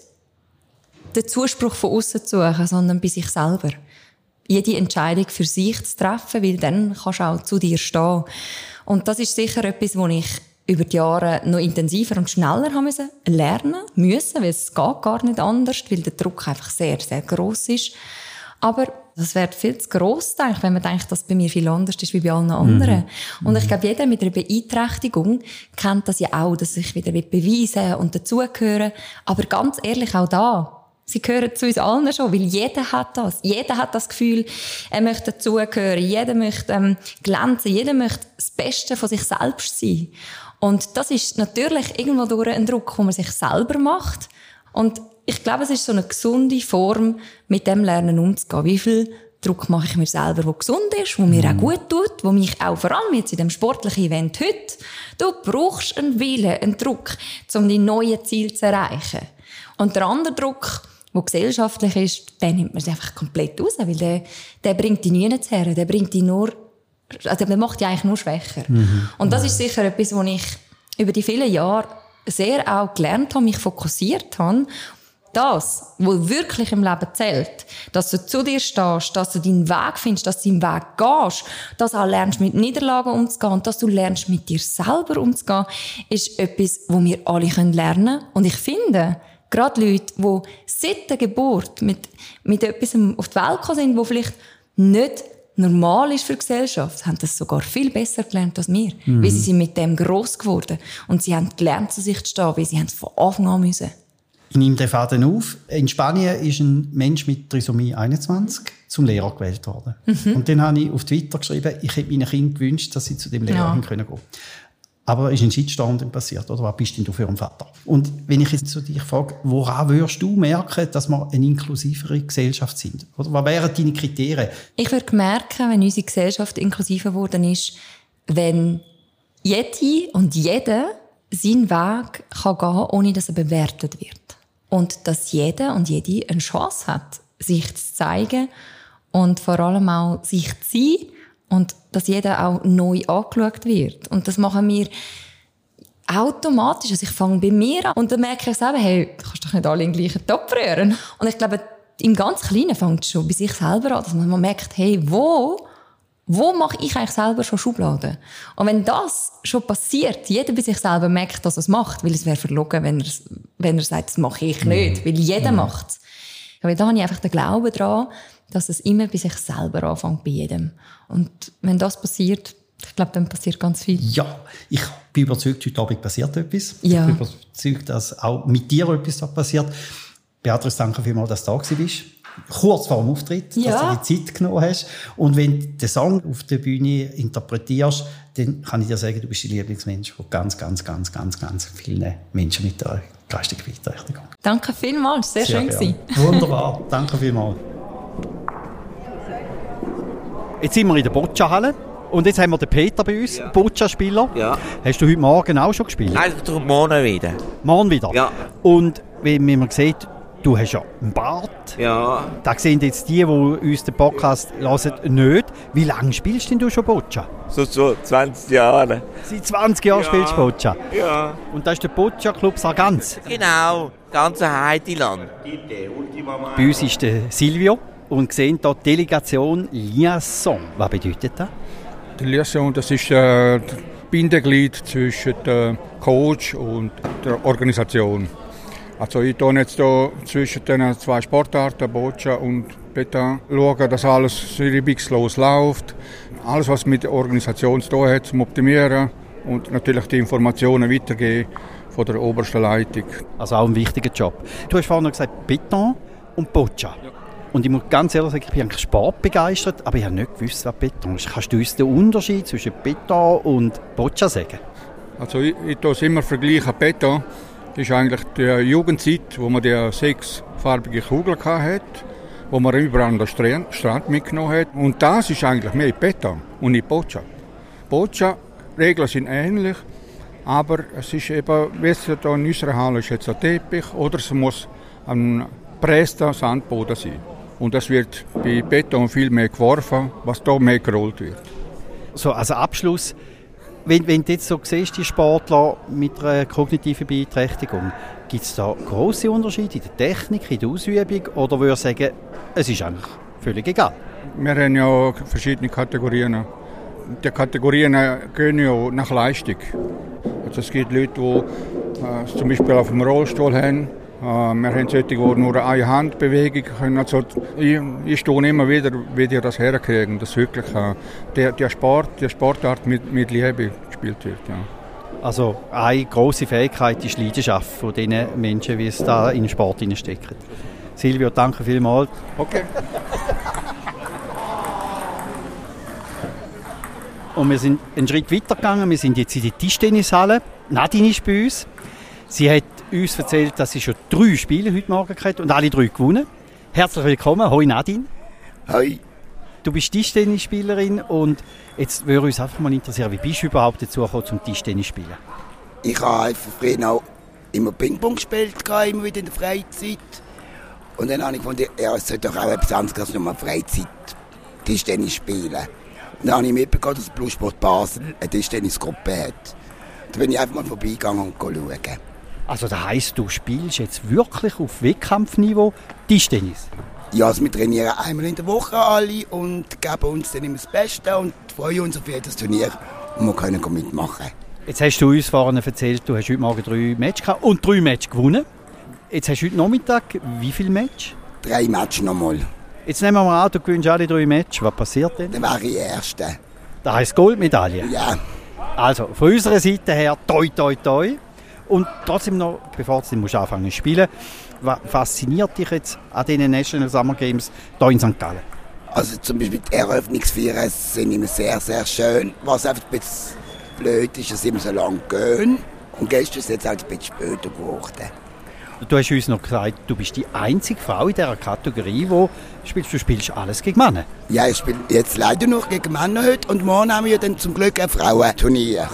den Zuspruch von außen zu suchen, sondern bei sich selber. Jede Entscheidung für sich zu treffen, weil dann kannst du auch zu dir stehen. Und das ist sicher etwas, wo ich über die Jahre noch intensiver und schneller haben müssen lernen müssen, weil es geht gar nicht anders, weil der Druck einfach sehr, sehr gross ist. Aber das wäre viel zu gross, denke ich, wenn man denkt, dass es bei mir viel anders ist wie bei allen anderen. Mhm. Und ich glaube, jeder mit einer Beeinträchtigung kennt das ja auch, dass ich wieder beweisen und dazugehören. Aber ganz ehrlich, auch da, sie gehören zu uns allen schon, weil jeder hat das. Jeder hat das Gefühl, er möchte dazugehören, jeder möchte ähm, glänzen, jeder möchte das Beste von sich selbst sein. Und das ist natürlich irgendwo durch ein Druck, den man sich selber macht. Und ich glaube, es ist so eine gesunde Form, mit dem Lernen umzugehen. Wie viel Druck mache ich mir selber, der gesund ist, der mir mm. auch gut tut, der mich auch vor allem jetzt in dem sportlichen Event heute, du brauchst einen Willen, einen Druck, um die neuen Ziele zu erreichen. Und der andere Druck, der gesellschaftlich ist, den nimmt man sich einfach komplett raus, weil der, der bringt dich nirgends her, der bringt dich nur, also der macht dich eigentlich nur schwächer. Mhm. Und das ist sicher etwas, was ich über die vielen Jahre sehr auch gelernt habe, mich fokussiert habe. Das, was wirklich im Leben zählt, dass du zu dir stehst, dass du deinen Weg findest, dass du deinen Weg gehst, dass du auch lernst, mit Niederlagen umzugehen und dass du lernst, mit dir selber umzugehen, ist etwas, was wir alle lernen können. Und ich finde, gerade Leute, die seit der Geburt mit, mit etwas auf die Welt gekommen sind, das vielleicht nicht normal ist für die Gesellschaft, haben das sogar viel besser gelernt als wir. Mhm. Weil sie sind mit dem gross geworden. Und sie haben gelernt, zu sich zu stehen, weil sie haben es von Anfang an müssen. Ich nehme den Faden auf. In Spanien ist ein Mensch mit Trisomie einundzwanzig zum Lehrer gewählt worden. Mhm. Und dann habe ich auf Twitter geschrieben, ich hätte meinen Kindern gewünscht, dass sie zu dem Lehrer ja. gehen können. Aber ist ein Shitstorm passiert, oder? Was bist denn du für ein Vater? Und wenn ich jetzt zu dich frage, woran würdest du merken, dass wir eine inklusivere Gesellschaft sind? Oder was wären deine Kriterien? Ich würde merken, wenn unsere Gesellschaft inklusiver geworden ist, wenn jede und jeder seinen Weg kann gehen, ohne dass er bewertet wird. Und dass jeder und jede eine Chance hat, sich zu zeigen und vor allem auch sich zu sein und dass jeder auch neu angeschaut wird. Und das machen wir automatisch. Also ich fange bei mir an und dann merke ich selber, hey, du kannst doch nicht alle in den gleichen Topf rühren. Und ich glaube, im ganz Kleinen fängt es schon bei sich selber an, dass man merkt, hey, wo Wo mache ich eigentlich selber schon Schubladen? Und wenn das schon passiert, jeder bei sich selber merkt, dass er es macht, weil es wäre verlogen, wenn er, wenn er sagt, das mache ich nicht, weil jeder mhm. macht es. Aber da habe ich einfach den Glauben daran, dass es immer bei sich selber anfängt, bei jedem. Und wenn das passiert, ich glaube, dann passiert ganz viel. Ja, ich bin überzeugt, heute Abend passiert etwas. Ja. Ich bin überzeugt, dass auch mit dir etwas da passiert. Beatrice, danke vielmals, dass du da warst. Kurz vor dem Auftritt, ja. dass du die Zeit genommen hast. Und wenn du den Song auf der Bühne interpretierst, dann kann ich dir sagen, du bist der Lieblingsmensch von ganz, ganz, ganz, ganz, ganz vielen Menschen mit der geistigen Beeinträchtigung. Danke vielmals, sehr, sehr schön gewesen. Wunderbar, danke vielmals. Jetzt sind wir in der Boccia-Halle. Und jetzt haben wir den Peter bei uns, ja. Boccia-Spieler. Ja. Hast du heute Morgen auch schon gespielt? Nein, morgen wieder. Morgen wieder? Ja. Und wie man sieht, du hast ja einen Bart. Ja. Da sehen jetzt die, die uns den Podcast hören, nicht. Wie lange spielst denn du schon Boccia? So, so zwanzig Jahre. Seit zwanzig Jahren ja. spielst du Boccia? Ja. Und das ist der Boccia-Club Sargans? Genau, ganze Heideland. Bei uns ist der Silvio und sehen hier die Delegation Liaison. Was bedeutet das? Die Liaison, das ist äh, das Bindeglied zwischen dem Coach und der Organisation. Also ich schaue jetzt hier zwischen den zwei Sportarten, Boccia und Petanque, schauen, dass alles reibungslos läuft. Alles, was mit der Organisation zu tun hat, zum Optimieren und natürlich die Informationen weitergeben von der obersten Leitung. Also auch ein wichtiger Job. Du hast vorhin gesagt, Petanque und Boccia. Ja. Und ich muss ganz ehrlich sagen, ich bin eigentlich sportbegeistert, aber ich habe nicht gewusst, was Petanque ist. Kannst du uns den Unterschied zwischen Petanque und Boccia sagen? Also ich, ich tue es immer vergleichen. Petanque ist eigentlich die Jugendzeit, wo man die sechsfarbige Kugel hatte, wo man überall an den Strand mitgenommen hat. Und das ist eigentlich mehr Petanque und nicht Boccia. Boccia-Regeln sind ähnlich, aber es ist eben, wie es hier in unserer Halle ist, jetzt ein Teppich oder es muss ein gepresster Sandboden sein. Und das wird bei Beton viel mehr geworfen, was hier mehr gerollt wird. So, also Abschluss. Wenn, wenn du jetzt so siehst, die Sportler mit einer kognitiven Beeinträchtigung, gibt es da grosse Unterschiede in der Technik, in der Ausübung? Oder würde ich sagen, es ist eigentlich völlig egal? Wir haben ja verschiedene Kategorien. Die Kategorien gehen ja nach Leistung. Also es gibt Leute, die äh, zum Beispiel auf dem Rollstuhl haben. Äh, wir haben solche, die nur eine Handbewegung können. Also ich, ich stehe immer wieder, wie die das herkriegen, dass wirklich äh, der, der Sport, die Sportart mit, mit Liebe gespielt wird. Ja. Also eine grosse Fähigkeit ist die Leidenschaft von den Menschen, wie es da in den Sport steckt. Silvio, danke vielmals. Okay. Und wir sind einen Schritt weiter gegangen. Wir sind jetzt in der Tischtennishalle. Nadine ist bei uns. Sie hat uns erzählt, dass sie schon drei Spiele heute Morgen hatte und alle drei gewonnen. Herzlich willkommen. Hoi Nadine. Hoi. Du bist Tischtennisspielerin und jetzt würde uns einfach mal interessieren, wie bist du überhaupt dazu gekommen zum Tischtennis spielen? Ich habe einfach früher auch immer Ping-Pong gespielt, immer wieder in der Freizeit. Und dann habe ich gefunden, ja, es sollte doch auch etwas anderes als nur Freizeit Tischtennis spielen. Und dann habe ich mitbekommen, dass Plussport Basel eine Tischtennisgruppe hat. Da bin ich einfach mal vorbeigegangen und schauen. Also das heisst, du spielst jetzt wirklich auf Wettkampfniveau Tischtennis? Ja, also wir trainieren einmal in der Woche alle und geben uns dann immer das Beste und freuen uns auf jedes Turnier, und wir können mitmachen. Jetzt hast du uns vorhin erzählt, du hast heute Morgen drei Matches gehabt und drei Matches gewonnen. Jetzt hast du heute Nachmittag wie viele Matches? Drei Matches nochmal. Jetzt nehmen wir an, du gewinnst alle drei Matches. Was passiert denn? Dann wäre ich Erster. Das heisst Goldmedaille? Ja. Also, von unserer Seite her, toi, toi, toi. Und trotzdem noch, bevor du musst anfangen zu spielen, was fasziniert dich jetzt an diesen National Summer Games hier in Sankt Gallen? Also zum Beispiel die Eröffnungsfeiern sind immer sehr, sehr schön. Was einfach ein bisschen blöd ist, dass sie immer so lange gehen. Und gestern ist es jetzt halt ein bisschen später geworden. Du hast uns noch gesagt, du bist die einzige Frau in dieser Kategorie, die spielst. Du spielst alles gegen Männer. Ja, ich spiele jetzt leider noch gegen Männer heute. Und morgen haben wir dann zum Glück ein Frauenturnier.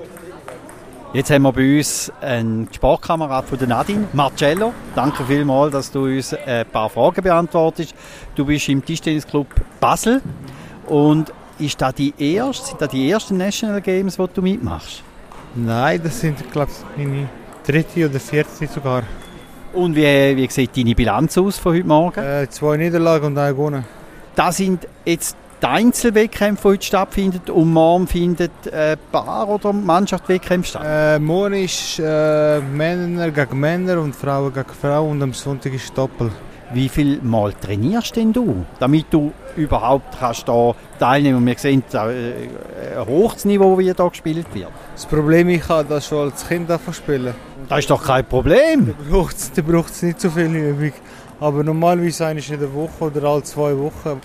Jetzt haben wir bei uns einen Sportkamerad von der Nadine, Marcello. Danke vielmals, dass du uns ein paar Fragen beantwortest. Du bist im Tischtennisclub Basel. Und ist das die erste, sind das die ersten National Games, die du mitmachst? Nein, das sind, glaube ich, meine dritte oder vierte sogar. Und wie, wie sieht deine Bilanz aus von heute Morgen? Äh, zwei Niederlagen und ein gewonnen. Das sind jetzt die Einzelwettkämpfe, die heute stattfinden, und morgen findet äh, Paar- oder Mannschaftswettkämpfe statt? Äh, morgen ist äh, Männer gegen Männer und Frauen gegen Frauen und am Sonntag ist Doppel. Wie viel Mal trainierst denn du, damit du überhaupt kannst da teilnehmen? Wir sehen äh, ein hohes Niveau, wie hier gespielt wird. Das Problem ist, ich habe das schon als Kind spielen. Das ist doch kein Problem. Da braucht es nicht so viel Übung. Aber normalerweise eine in der Woche oder alle zwei Wochen.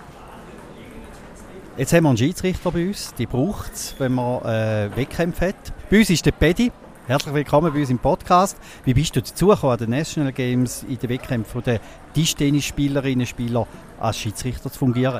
Jetzt haben wir einen Schiedsrichter bei uns. Die braucht es, wenn man äh, Wettkämpfe hat. Bei uns ist der Paddy. Herzlich willkommen bei uns im Podcast. Wie bist du dazu gekommen, an den National Games in den Wettkämpfen der Tischtennisspielerinnen und Spieler als Schiedsrichter zu fungieren?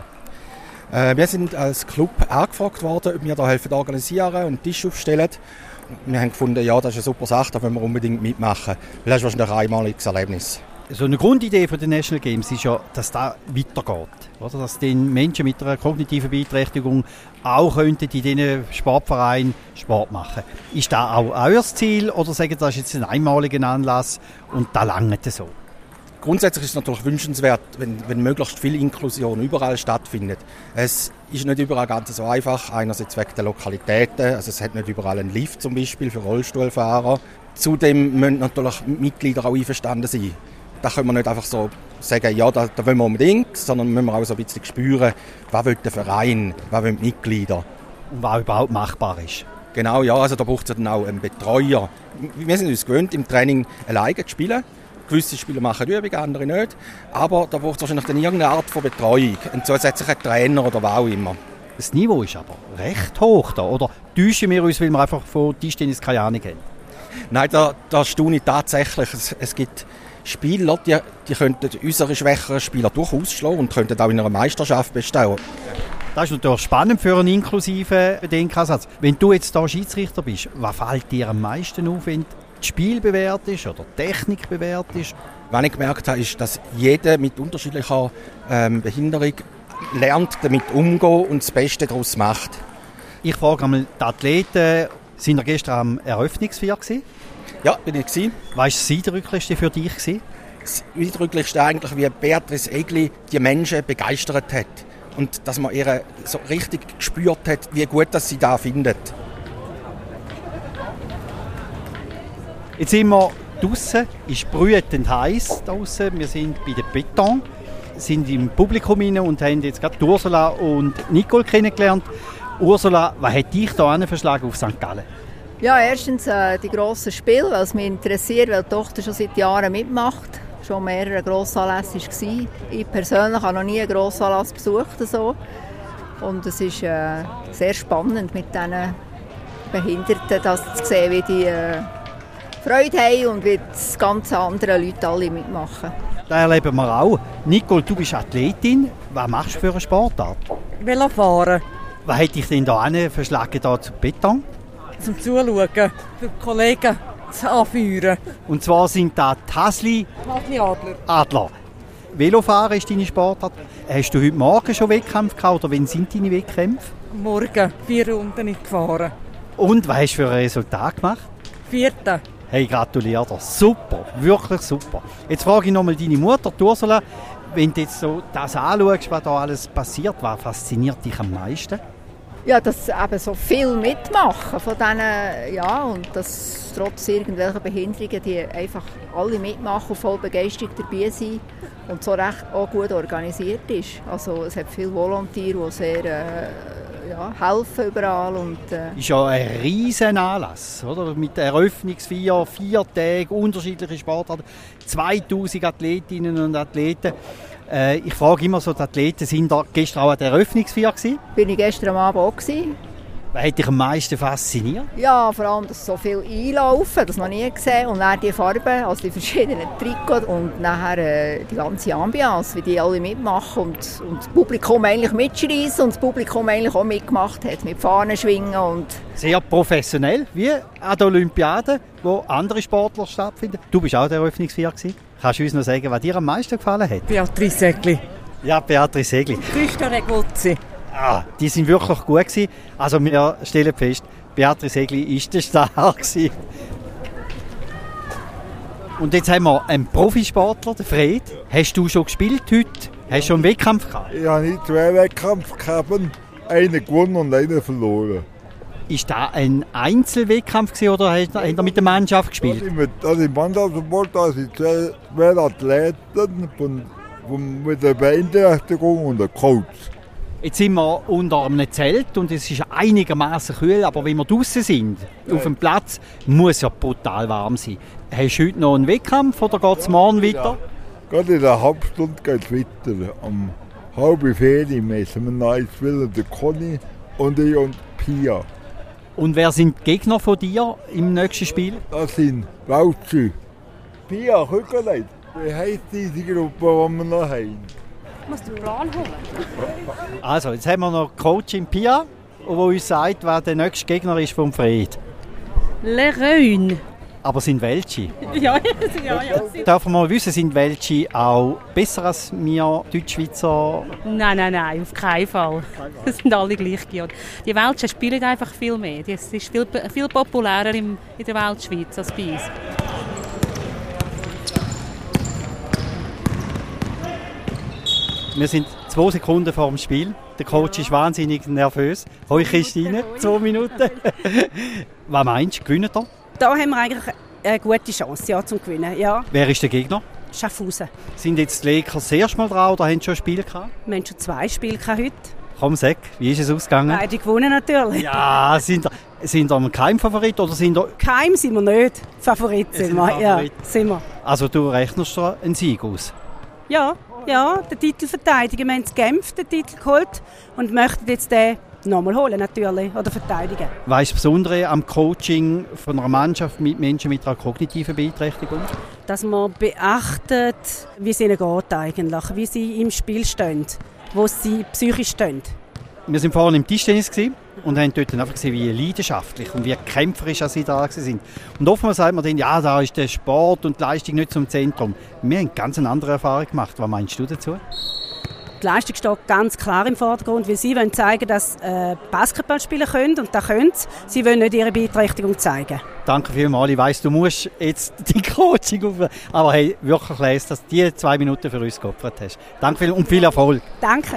Äh, wir sind als Club angefragt worden, ob wir da helfen organisieren und einen Tisch aufstellen. Wir haben gefunden, ja, das ist eine super Sache, da wollen wir unbedingt mitmachen. Weil das ist wahrscheinlich ein einmaliges Erlebnis. So eine Grundidee der National Games ist ja, dass das weitergeht. Oder? Dass den Menschen mit einer kognitiven Beeinträchtigung auch könnten in diesen Sportvereinen Sport machen. Ist das auch euer Ziel oder sagen Sie, das ist jetzt ein einmaliger Anlass und da langt es so? Grundsätzlich ist es natürlich wünschenswert, wenn, wenn möglichst viel Inklusion überall stattfindet. Es ist nicht überall ganz so einfach, einerseits wegen der Lokalitäten, also es hat nicht überall einen Lift zum Beispiel für Rollstuhlfahrer. Zudem müssen natürlich Mitglieder auch einverstanden sein. Da können wir nicht einfach so sagen, ja, da, da wollen wir unbedingt, sondern müssen wir auch so ein bisschen spüren, was will der Verein, was wollen die Mitglieder. Und was überhaupt machbar ist. Genau, ja, also da braucht es dann auch einen Betreuer. Wir sind uns gewöhnt, im Training alleine zu spielen. Gewisse Spieler machen Übungen, andere nicht. Aber da braucht es wahrscheinlich dann irgendeine Art von Betreuung. Einen zusätzlichen Trainer oder was auch immer. Das Niveau ist aber recht hoch da, oder täuschen wir uns, weil wir einfach von Tischtennis keine Ahnung haben? Nein, da, da staune ich tatsächlich. Es, es gibt Spieler, die, die könnten unsere schwächeren Spieler durchaus schlagen und könnten auch in einer Meisterschaft bestehen. Das ist natürlich spannend für einen inklusiven Denkansatz. Wenn du jetzt hier Schiedsrichter bist, was fällt dir am meisten auf, wenn das Spiel bewertet oder die Technik bewertet? Was ich gemerkt habe, ist, dass jeder mit unterschiedlicher ähm, Behinderung lernt, damit umzugehen und das Beste daraus macht. Ich frage einmal, die Athleten, sind ihr gestern am Eröffnungsfeier gewesen? Ja, bin ich gewesen. Was war das Eindrücklichste für dich gewesen? Das Eindrücklichste eigentlich, wie Beatrice Egli die Menschen begeistert hat. Und dass man ihr so richtig gespürt hat, wie gut dass sie da findet. Jetzt sind wir draußen, ist brütend heiß draußen. Wir sind bei der Beton, sind im Publikum rein und haben jetzt gerade Ursula und Nicole kennengelernt. Ursula, was hat dich hier verschlagen auf Sankt Gallen? Ja, erstens äh, die grossen Spiele, weil es mich interessiert, weil die Tochter schon seit Jahren mitmacht. Schon mehrere Grossanlässe war. Ich persönlich habe noch nie einen Grossanlass besucht. So. Und es ist äh, sehr spannend, mit diesen Behinderten das zu sehen, wie die äh, Freude haben und wie das ganze andere Leute alle mitmachen. Das erleben wir auch. Nicole, du bist Athletin. Was machst du für eine Sportart? Velofahren. Was hat dich denn da verschlagen da zu Beton? Zum Zuschauen, für die Kollegen zu anführen. Und zwar sind da die Hasli Hasli Adler. Adler. Velofahren ist deine Sportart. Hast du heute Morgen schon Wettkämpfe gehabt oder wann sind deine Wettkämpfe? Morgen vier Runden nicht gefahren. Und was hast du für ein Resultat gemacht? Vierte. Hey, gratuliere dir. Super, wirklich super. Jetzt frage ich nochmal deine Mutter, Ursula, wenn du jetzt so das anschaust, was da alles passiert, was fasziniert dich am meisten? Ja, dass eben so viel mitmachen von diesen, ja, und dass trotz irgendwelcher Behinderungen die einfach alle mitmachen und voll begeistert dabei sind und so recht auch gut organisiert ist. Also es hat viele Volontiere, die sehr äh, ja, helfen überall. Und, äh ist ja ein riesen Anlass, oder? Mit der Eröffnungsfeier, vier Tage, unterschiedliche Sportarten, zweitausend Athletinnen und Athleten. Äh, ich frage immer so, die Athleten, sind da gestern auch an der Eröffnungsfeier gewesen? Bin ich gestern am Abend auch gewesen. Was hat dich am meisten fasziniert? Ja, vor allem, dass so viel einlaufen, das noch nie gesehen. Und dann die Farben, also die verschiedenen Trikots und nachher äh, die ganze Ambiance, wie die alle mitmachen und, und das Publikum eigentlich mitschreissen und das Publikum eigentlich auch mitgemacht hat, mit Fahnen schwingen und... Sehr professionell, wie an der Olympiade, wo andere Sportler stattfinden. Du bist auch der Eröffnungsfeier gewesen. Kannst du uns noch sagen, was dir am meisten gefallen hat? Beatrice Segli. Ja, Beatrice Segli. Christa Regozzi. Ah, die sind wirklich gut gewesen. Also wir stellen fest, Beatrice Segli war der Star gewesen. Und jetzt haben wir einen Profisportler, den Fred. Hast du schon gespielt heute? Hast du schon einen Wettkampf gehabt? Ich habe nicht zwei Wettkämpfe gehabt, einen gewonnen und einen verloren. Ist das ein Einzelwettkampf gewesen, oder habt ihr mit der Mannschaft gespielt? Das ist mit, das ist Mannschaftssport, das sind zwei, zwei Athleten von, von, mit der Beeinträchtigung und der Coach. Jetzt sind wir unter einem Zelt und es ist einigermaßen kühl, aber wenn wir draußen sind, ja, auf dem Platz, muss ja brutal warm sein. Hast du heute noch einen Wettkampf oder geht es morgen weiter? Ja, gerade in der Halbstunde geht es weiter. Am halben Ferien messen wir noch eins will, der Conny und ich und Pia. Und wer sind die Gegner von dir im nächsten Spiel? Das sind Weltschi. Pia, guck mal, wie heisst diese Gruppe, die wir noch haben? Ich muss den Plan holen. Also, jetzt haben wir noch Coachin Pia, die uns sagt, wer der nächste Gegner ist vom Fred. Le Reun. Aber sind Weltschi? Ja, ja, ja. Darf man mal wissen, sind Weltschi auch besser als wir Deutschschweizer? Nein, nein, nein, auf keinen Fall. Das sind alle gleich. Die Welschen spielen einfach viel mehr. Es ist viel, viel populärer in der Weltschweiz als bei uns. Wir sind zwei Sekunden vor dem Spiel. Der Coach ist wahnsinnig nervös. Hoi Christine, zwei Minuten. Was meinst du, gewinnt er? Da haben wir eigentlich eine gute Chance, ja, zum Gewinnen. Ja. Wer ist der Gegner? Schaffhausen. Sind jetzt die Lakers das erste Mal dran oder haben sie schon ein Spiel gehabt? Wir haben schon zwei Spiele heute. Komm, sag, wie ist es ausgegangen? Beide gewonnen natürlich. Ja, sind ihr, sind ihr ein Keimfavorit oder sind ihr... Keim sind wir nicht. Favorit sind wir. Ja, sind wir. Also du rechnest dir einen Sieg aus? Ja, ja, den Titel verteidigen. Wir haben in Genf den Titel geholt und möchten jetzt den nochmal holen natürlich, oder verteidigen. Was ist das Besondere am Coaching von einer Mannschaft mit Menschen mit einer kognitiven Beeinträchtigung? Dass man beachtet, wie es ihnen geht eigentlich, wie sie im Spiel stehen, wo sie psychisch stehen. Wir waren vorhin im Tischtennis und haben dort einfach gesehen, wie leidenschaftlich und wie kämpferisch sie da sind. Und oftmals sagt man dann, ja, da ist der Sport und die Leistung nicht zum Zentrum. Wir haben eine ganz andere Erfahrung gemacht. Was meinst du dazu? Die Leistung steht ganz klar im Vordergrund, weil sie wollen zeigen, dass sie äh, Basketball spielen können und das können sie. Sie wollen nicht ihre Beeinträchtigung zeigen. Danke vielmals. Ich weiss, du musst jetzt die Coaching aufnehmen. Aber hey, wirklich lesen, dass du die zwei Minuten für uns geopfert hast. Danke viel und viel Erfolg. Danke.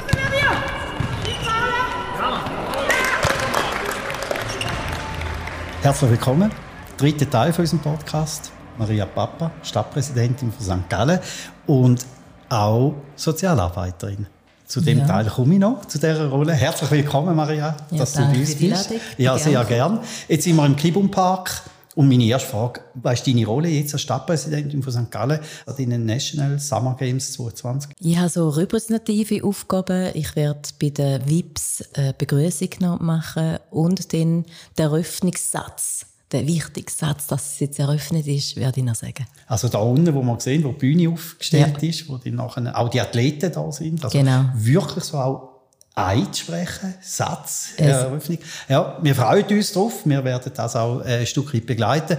Herzlich willkommen. Dritter Teil von unserem Podcast. Maria Papa, Stadtpräsidentin von Sankt Gallen und auch Sozialarbeiterin. Zu dem ja. Teil komme ich noch, zu dieser Rolle. Herzlich willkommen, Maria, ja, dass du bei uns bist. Ja, sehr gern. Jetzt sind wir im Kibum-Park. Und meine erste Frage, was ist deine Rolle jetzt als Stadtpräsidentin von Sankt Gallen an den National Summer Games zwanzig zwanzig? Ich habe so repräsentative Aufgaben. Ich werde bei den V I Ps eine Begrüßung noch machen und dann den Eröffnungssatz, der wichtige Satz, dass es jetzt eröffnet ist, werde ich noch sagen. Also da unten, wo wir sehen, wo die Bühne aufgestellt ja. ist, wo die nachher auch die Athleten da sind. Also genau. Wirklich so auch einsprechen, Satz, Eröffnung. Ja, wir freuen uns drauf. Wir werden das auch ein Stück weit begleiten.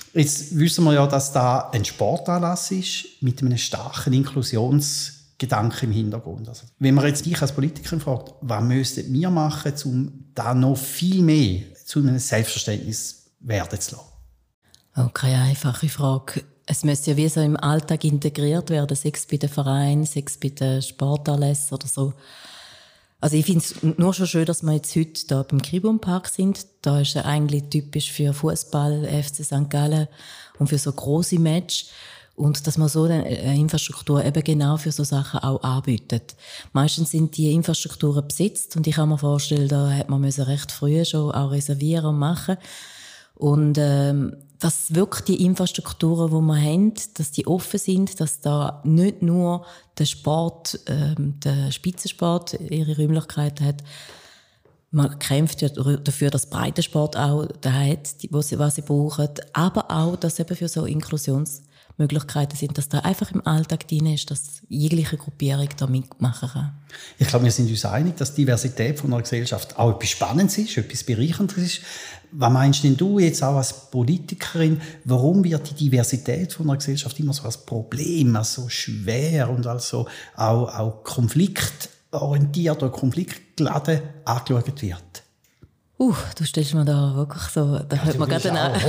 Jetzt wissen wir ja, dass da ein Sportanlass ist mit einem starken Inklusionsgedanken im Hintergrund. Also, wenn man jetzt dich als Politikerin fragt, was müssten wir machen, um da noch viel mehr zu einem Selbstverständnis werden zu lassen? Oh, keine einfache Frage. Es müsste ja wie so im Alltag integriert werden, sei es bei den Vereinen, sei es bei den Sportanlässen oder so. Also ich finde es nur schon schön, dass wir jetzt heute hier beim Kribum-Park sind. Da ist ja eigentlich typisch für Fußball, F C Sankt Gallen und für so grosse Matches. Und dass man so eine Infrastruktur eben genau für so Sachen auch anbietet. Meistens sind die Infrastrukturen besetzt und ich kann mir vorstellen, da hat man recht früh schon auch reservieren und machen. Und ähm, dass wirklich die Infrastrukturen, die wir haben, dass die offen sind, dass da nicht nur der Sport, ähm, der Spitzensport ihre Räumlichkeiten hat. Man kämpft ja dafür, dass Breitensport auch da hat, was sie, was sie brauchen. Aber auch, dass eben für so Inklusionsmöglichkeiten sind, dass da einfach im Alltag drin ist, dass jegliche Gruppierung da mitmachen kann. Ich glaube, wir sind uns einig, dass die Diversität von einer Gesellschaft auch etwas Spannendes ist, etwas Bereicherndes ist. Was meinst denn du jetzt auch als Politikerin, warum wird die Diversität von einer Gesellschaft immer so als Problem, als so schwer und als so auch, auch konfliktorientiert oder konfliktgeladen angeschaut wird? Uh, du stellst mir da wirklich so, da ja, hört man gerade einen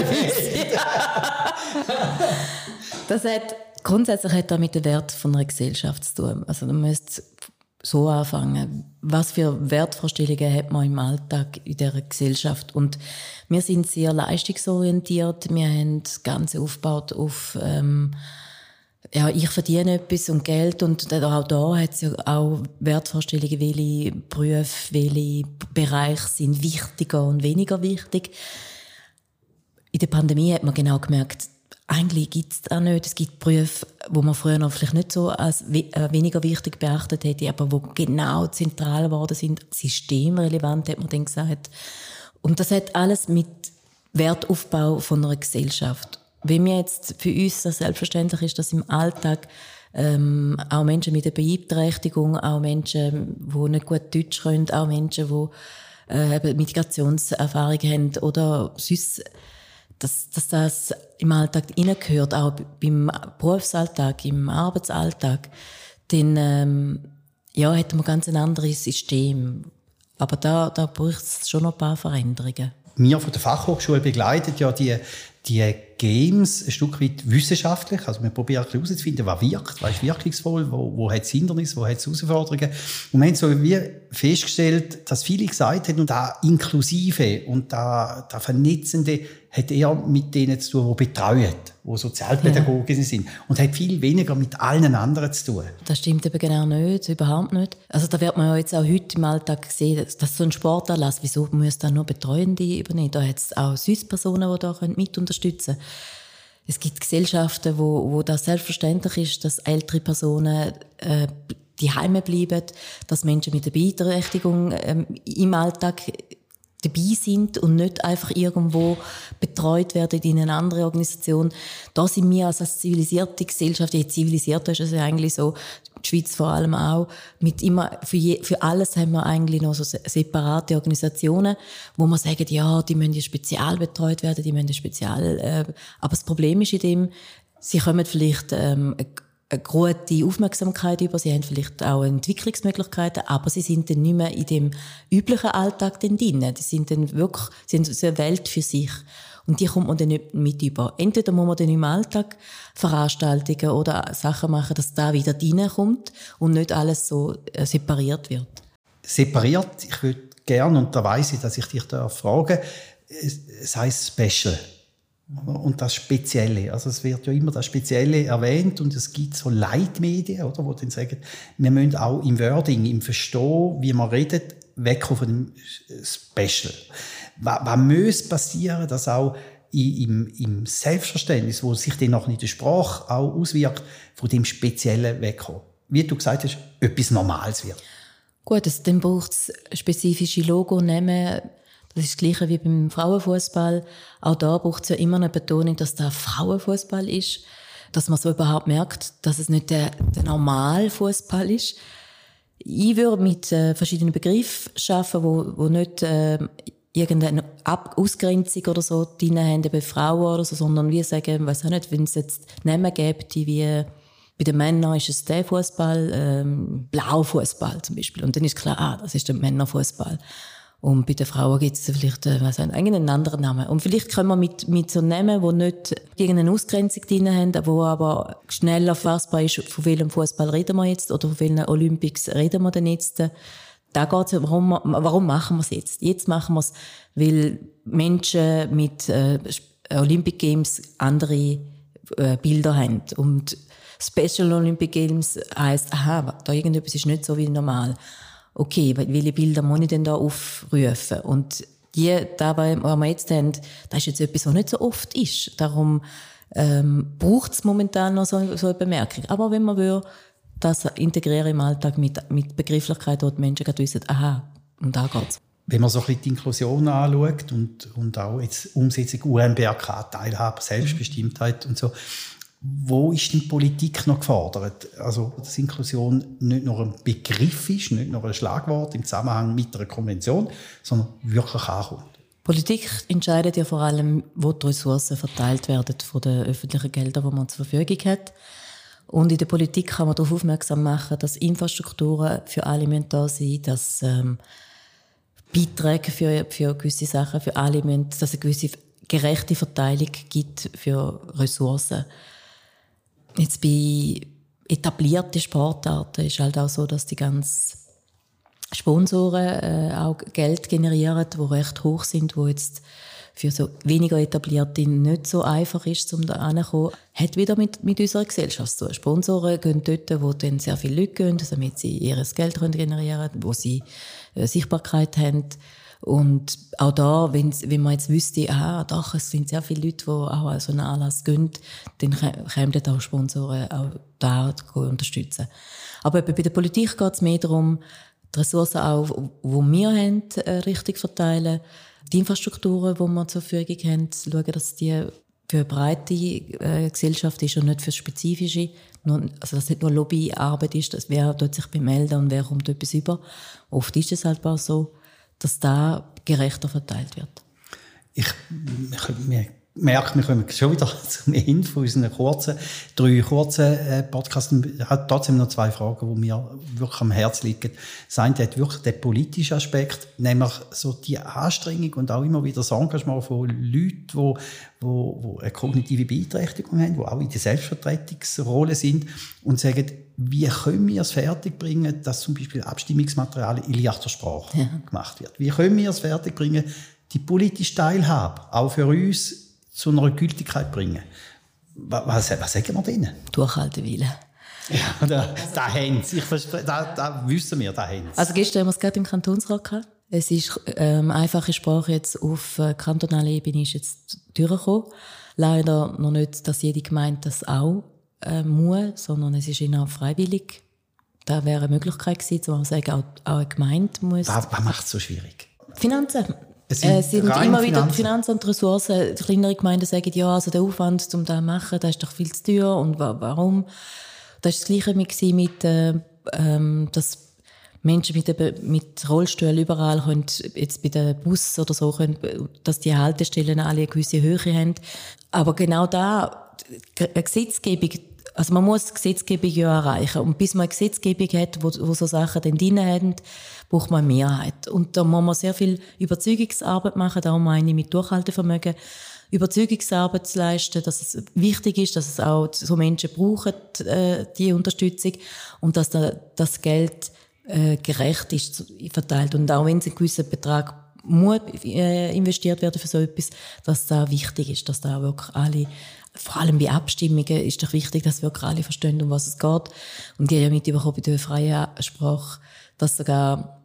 Das hat, grundsätzlich hat das mit dem Wert von einer Gesellschaft zu tun. Also du müsst so anfangen. Was für Wertvorstellungen hat man im Alltag in dieser Gesellschaft? Und wir sind sehr leistungsorientiert. Wir haben das Ganze aufgebaut auf, ähm, ja, ich verdiene etwas und Geld. Und auch da hat es ja auch Wertvorstellungen, welche Berufe, welche Bereiche sind wichtiger und weniger wichtig. In der Pandemie hat man genau gemerkt, eigentlich gibt es das nicht. Es gibt Berufe, die man früher noch vielleicht nicht so als we- äh, weniger wichtig beachtet hätte, aber die genau zentral geworden sind, systemrelevant, hat man dann gesagt. Und das hat alles mit Wertaufbau von einer Gesellschaft. Wenn mir jetzt für uns das selbstverständlich ist, dass im Alltag ähm, auch Menschen mit einer Beeinträchtigung, auch Menschen, die nicht gut Deutsch können, auch Menschen, die äh, Migrationserfahrung haben oder sonst, dass, dass das im Alltag hineingehört, auch beim Berufsalltag, im Arbeitsalltag, dann ähm, ja, hätten wir ganz ein anderes System. Aber da, da braucht es schon noch ein paar Veränderungen. Wir von der Fachhochschule begleiten ja die, die Games ein Stück weit wissenschaftlich. Also wir probieren herauszufinden, was wirkt, was ist wirkungsvoll, wo, wo hat es Hindernisse, wo hat es Herausforderungen. Und wir haben so wie festgestellt, dass viele gesagt haben, und das Inklusive und das, das Vernetzende hat eher mit denen zu tun, die betreuen, die Sozialpädagogen ja. sind. Und hat viel weniger mit allen anderen zu tun. Das stimmt eben genau nicht, überhaupt nicht. Also da wird man ja jetzt auch heute im Alltag sehen, dass so ein Sportanlass, wieso muss da nur Betreuende übernehmen? Da hat es auch Süßpersonen, die da mit unterstützen können. Es gibt Gesellschaften, wo, wo das selbstverständlich ist, dass ältere Personen äh, die Heime bleiben, dass Menschen mit einer Beeinträchtigung ähm, im Alltag dabei sind und nicht einfach irgendwo betreut werden in eine andere Organisation. Da sind wir als eine zivilisierte Gesellschaft, je zivilisierter ist es ja eigentlich so, die Schweiz vor allem auch, mit immer, für, je, für alles haben wir eigentlich noch so separate Organisationen, wo man sagen, ja, die müssen spezial betreut werden, die müssen spezial, äh, aber das Problem ist in dem, sie kommen vielleicht, ähm, eine gute Aufmerksamkeit über, sie haben vielleicht auch Entwicklungsmöglichkeiten, aber sie sind dann nicht mehr in dem üblichen Alltag drin. Die sind dann wirklich, sie sind so eine Welt für sich. Und die kommt man dann nicht mit über. Entweder muss man dann im Alltag Veranstaltungen oder Sachen machen, dass da wieder reinkommt und nicht alles so separiert wird. Separiert, ich würde gerne, und da weiss ich, dass ich dich da frage, es heisst Special. Und das Spezielle. Also es wird ja immer das Spezielle erwähnt und es gibt so Leitmedien, oder, wo dann sagen, wir müssen auch im Wording, im Verstehen, wie man redet, wegkommen von dem Special. Was, was muss passieren, dass auch im, im Selbstverständnis, wo sich dann noch in der Sprache auch auswirkt, von dem Speziellen wegkommen? Wie du gesagt hast, etwas Normales wird. Gut, also dann braucht es spezifische Logo-Namen. Das ist das Gleiche wie beim Frauenfußball. Auch da braucht es ja immer eine Betonung, dass das Frauenfußball ist. Dass man so überhaupt merkt, dass es nicht der, der normale Fußball ist. Ich würde mit äh, verschiedenen Begriffen arbeiten, wo, wo nicht äh, irgendeine Ab- Ausgrenzung oder so drin haben, bei Frauen oder so, sondern wir sagen, weiß auch nicht, wenn es jetzt Namen gibt, die wie bei den Männern ist es der Fußball, ähm, Blaufußball zum Beispiel. Und dann ist klar, ah, das ist der Männerfußball. Und bei den Frauen gibt es vielleicht, äh, weiss nicht, einen anderen Namen. Und vielleicht können wir mit, mit so Namen, die nicht irgendeine Ausgrenzung drin haben, wo aber schnell erfassbar ist, von welchem Fußball reden wir jetzt oder von welchen Olympics reden wir denn jetzt. Da geht's ja, warum, warum machen wir es jetzt? Jetzt machen wir es, weil Menschen mit äh, Olympic Games andere äh, Bilder haben. Und Special Olympic Games heisst, aha, da irgendetwas ist nicht so wie normal. Okay, welche Bilder muss ich denn da aufrufen? Und die, dabei, was wir jetzt haben, das ist jetzt etwas, was nicht so oft ist. Darum ähm, braucht es momentan noch so, so eine Bemerkung. Aber wenn man will, das integrieren im Alltag mit, mit Begrifflichkeit, wo die Menschen gerade wissen, aha, und da geht's. Wenn man so ein bisschen die Inklusion anschaut und, und auch jetzt Umsetzung U N B R K, Teilhabe, Selbstbestimmtheit und so, wo ist die Politik noch gefordert? Also, dass Inklusion nicht nur ein Begriff ist, nicht nur ein Schlagwort im Zusammenhang mit einer Konvention, sondern wirklich ankommt. Politik entscheidet ja vor allem, wo die Ressourcen verteilt werden von den öffentlichen Geldern, die man zur Verfügung hat. Und in der Politik kann man darauf aufmerksam machen, dass Infrastrukturen für alle da sein müssen, dass ähm, Beiträge für, für gewisse Sachen für alle müssen, dass es eine gewisse gerechte Verteilung gibt für Ressourcen. Jetzt bei etablierten Sportarten ist halt auch so, dass die ganzen Sponsoren äh, auch Geld generieren, die recht hoch sind, wo jetzt für so weniger etablierte nicht so einfach ist, um da hinzukommen. Hat wieder mit, mit unserer Gesellschaft zu tun. Sponsoren gehen dort, wo dann sehr viele Leute gehen, damit sie ihr Geld generieren können, wo sie äh, Sichtbarkeit haben. Und auch da, wenn, wenn man jetzt wüsste, ah, doch, es sind sehr viele Leute, die auch an so einen Anlass gehen, dann kämen auch Sponsoren auch da unterstützen. Aber bei der Politik geht es mehr darum, die Ressourcen auch, die wir haben, richtig verteilen. Die Infrastrukturen, die wir zur Verfügung haben, schauen, dass die für eine breite äh, Gesellschaft ist und nicht für spezifische. Nur, also dass nicht nur Lobbyarbeit ist, dass wer dort sich bemelden und wer kommt etwas über. Oft ist es halt auch so, dass da gerechter verteilt wird. Ich, ich merke, wir kommen schon wieder zum Ende von unseren kurzen, drei kurzen äh, Podcasts. Ich habe trotzdem noch zwei Fragen, die mir wirklich am Herzen liegen. Das eine hat wirklich den politischen Aspekt, nämlich so die Anstrengung und auch immer wieder das Engagement von Leuten, die, die, die eine kognitive Beeinträchtigung haben, die auch in der Selbstvertretungsrolle sind und sagen, wie können wir es fertigbringen, dass zum Beispiel Abstimmungsmaterial in leichter Sprache ja. gemacht wird? Wie können wir es fertigbringen, die politische Teilhabe auch für uns zu einer Gültigkeit bringen? Was, was sagen wir denen? Durchhaltewille. Ja, da, da haben sie. Da, da wissen wir, da haben sie. Also gestern haben wir es gerade im Kantonsrat gehabt. Es ist ähm, einfache Sprache jetzt auf äh, kantonaler Ebene ist jetzt durchgekommen. Leider noch nicht, dass jede Gemeinde das auch äh, muss, sondern es ist ihnen freiwillig. Da wäre eine Möglichkeit gewesen, zu sagen, auch, auch eine Gemeinde muss. Was, was macht es so schwierig? Finanzen. Es sind, äh, sind immer wieder Finanzen. die Finanzen und die Ressourcen. Die kleinere Gemeinden sagen, ja, also der Aufwand, um das zu machen, das ist doch viel zu teuer. Und wa- warum? Das war das Gleiche mit, mit äh, ähm, dass Menschen mit, eben, mit Rollstühlen überall können, jetzt bei den Bus oder so, können, dass die Haltestellen alle eine gewisse Höhe haben. Aber genau da, eine Gesetzgebung, also man muss die Gesetzgebung ja erreichen. Und bis man eine Gesetzgebung hat, wo, wo so Sachen dann drin haben, braucht man eine Mehrheit. Und da muss man sehr viel Überzeugungsarbeit machen, darum meine ich mit Durchhaltevermögen, Überzeugungsarbeit zu leisten, dass es wichtig ist, dass es auch so Menschen brauchen, äh, die Unterstützung, und dass da, das Geld äh, gerecht ist verteilt. Und auch wenn es ein gewisser Betrag muss, äh, investiert werden für so etwas, dass da wichtig ist, dass da wirklich alle, vor allem bei Abstimmungen ist doch wichtig, dass wirklich alle verstehen, um was es geht. Und die haben ja mitbekommen bei der freien Sprache, dass sogar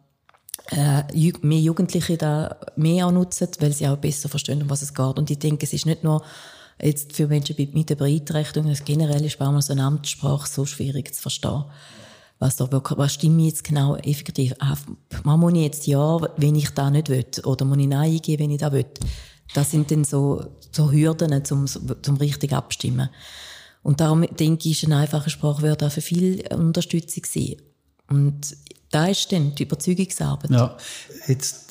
äh, mehr Jugendliche da mehr auch nutzen, weil sie auch besser verstehen, um was es geht. Und ich denke, es ist nicht nur jetzt für Menschen mit der Beeinträchtigung, generell ist auch mal so eine Amtssprache so schwierig zu verstehen. Was da wirklich, was stimmt jetzt genau effektiv? Ah, muss ich jetzt ja, wenn ich da nicht will? Oder muss ich Nein eingeben, wenn ich da will? Das sind dann so, so Hürden zum, zum richtig abstimmen. Und darum denke ich, eine einfache Sprache würde auch für viel Unterstützung sein. Und da ist dann die Überzeugungsarbeit. Ja, jetzt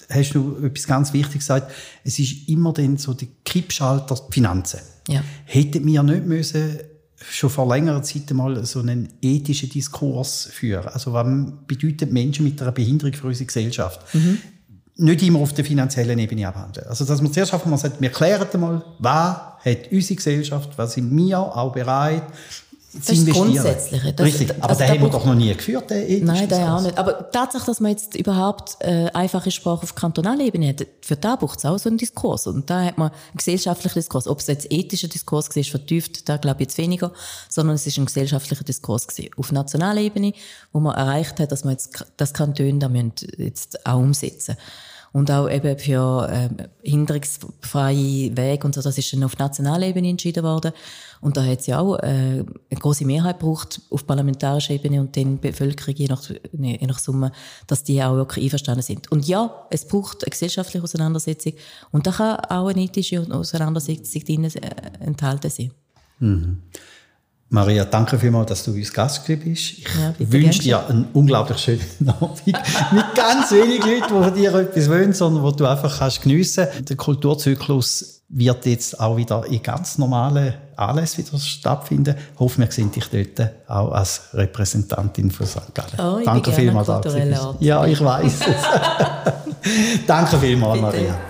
hast du etwas ganz Wichtiges gesagt. Es ist immer dann so der Kippschalter Finanzen. Ja. Hätten wir nicht müssen schon vor längerer Zeit mal so einen ethischen Diskurs führen? Also was bedeutet Menschen mit einer Behinderung für unsere Gesellschaft? Mhm. Nicht immer auf der finanziellen Ebene abhandeln. Also dass man zuerst einfach mal sagt, wir klären einmal, was hat unsere Gesellschaft, was sind wir auch bereit zu investieren. Das ist das Grundsätzliche. Das, Richtig, aber also, den haben wir doch noch nie geführt, den ethischen Nein, den Diskurs. auch nicht. Aber Tatsache, dass man jetzt überhaupt äh, einfache Sprache auf kantonaler Ebene hat, für da braucht es auch so einen Diskurs. Und da hat man einen gesellschaftlichen Diskurs. Ob es jetzt ethischer Diskurs war, vertieft, da glaube ich jetzt weniger, sondern es ist ein gesellschaftlicher Diskurs gewesen. Auf nationaler Ebene, wo man erreicht hat, dass man jetzt das Kantone da müssen jetzt auch umsetzen. Und auch eben für ähm, hinderungsfreie Wege und so, das ist dann auf nationaler Ebene entschieden worden. Und da hat es ja auch äh, eine grosse Mehrheit gebraucht auf parlamentarischer Ebene und dann die Bevölkerung, je nach, je nach Summe, dass die auch wirklich einverstanden sind. Und ja, es braucht eine gesellschaftliche Auseinandersetzung und da kann auch eine ethische Auseinandersetzung drin äh, enthalten sein. Mhm. Maria, danke vielmals, dass du uns Gast gewesen bist. Ich ja, wünsche dir einen unglaublich schönen Abend. Mit ganz wenigen Leuten, die von dir etwas wollen, sondern wo du einfach kannst geniessen kannst. Der Kulturzyklus wird jetzt auch wieder in ganz normalen Anlässen wieder stattfinden. Ich hoffe, wir sehen dich dort auch als Repräsentantin von Sankt Gallen. Oh, ich danke bin vielmals. Ort. Ja, ich weiss es. Danke vielmals, Maria.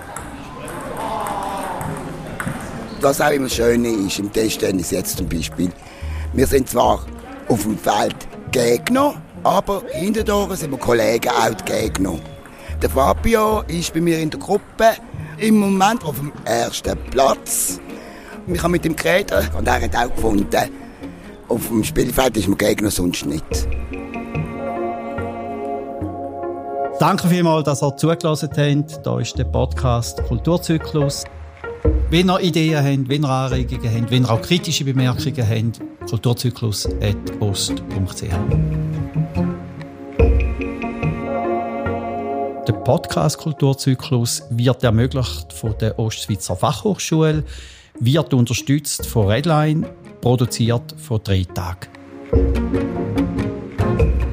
Was auch immer schön ist im Tischtennis jetzt zum Beispiel, wir sind zwar auf dem Feld Gegner, aber hinterher sind wir Kollegen auch die Gegner. Der Fabio ist bei mir in der Gruppe im Moment auf dem ersten Platz. Ich habe mit ihm geredet und er hat auch gefunden, auf dem Spielfeld ist man Gegner, sonst nicht. Danke vielmals, dass ihr zugelassen habt. Hier ist der Podcast Kulturzyklus. Wenn ihr Ideen habt, wenn ihr Anregungen habt, wenn ihr auch kritische Bemerkungen habt, kulturzyklus at ost punkt c h. Der Podcast Kulturzyklus wird ermöglicht von der Ostschweizer Fachhochschule, wird unterstützt von Redline, produziert von drei Tagen.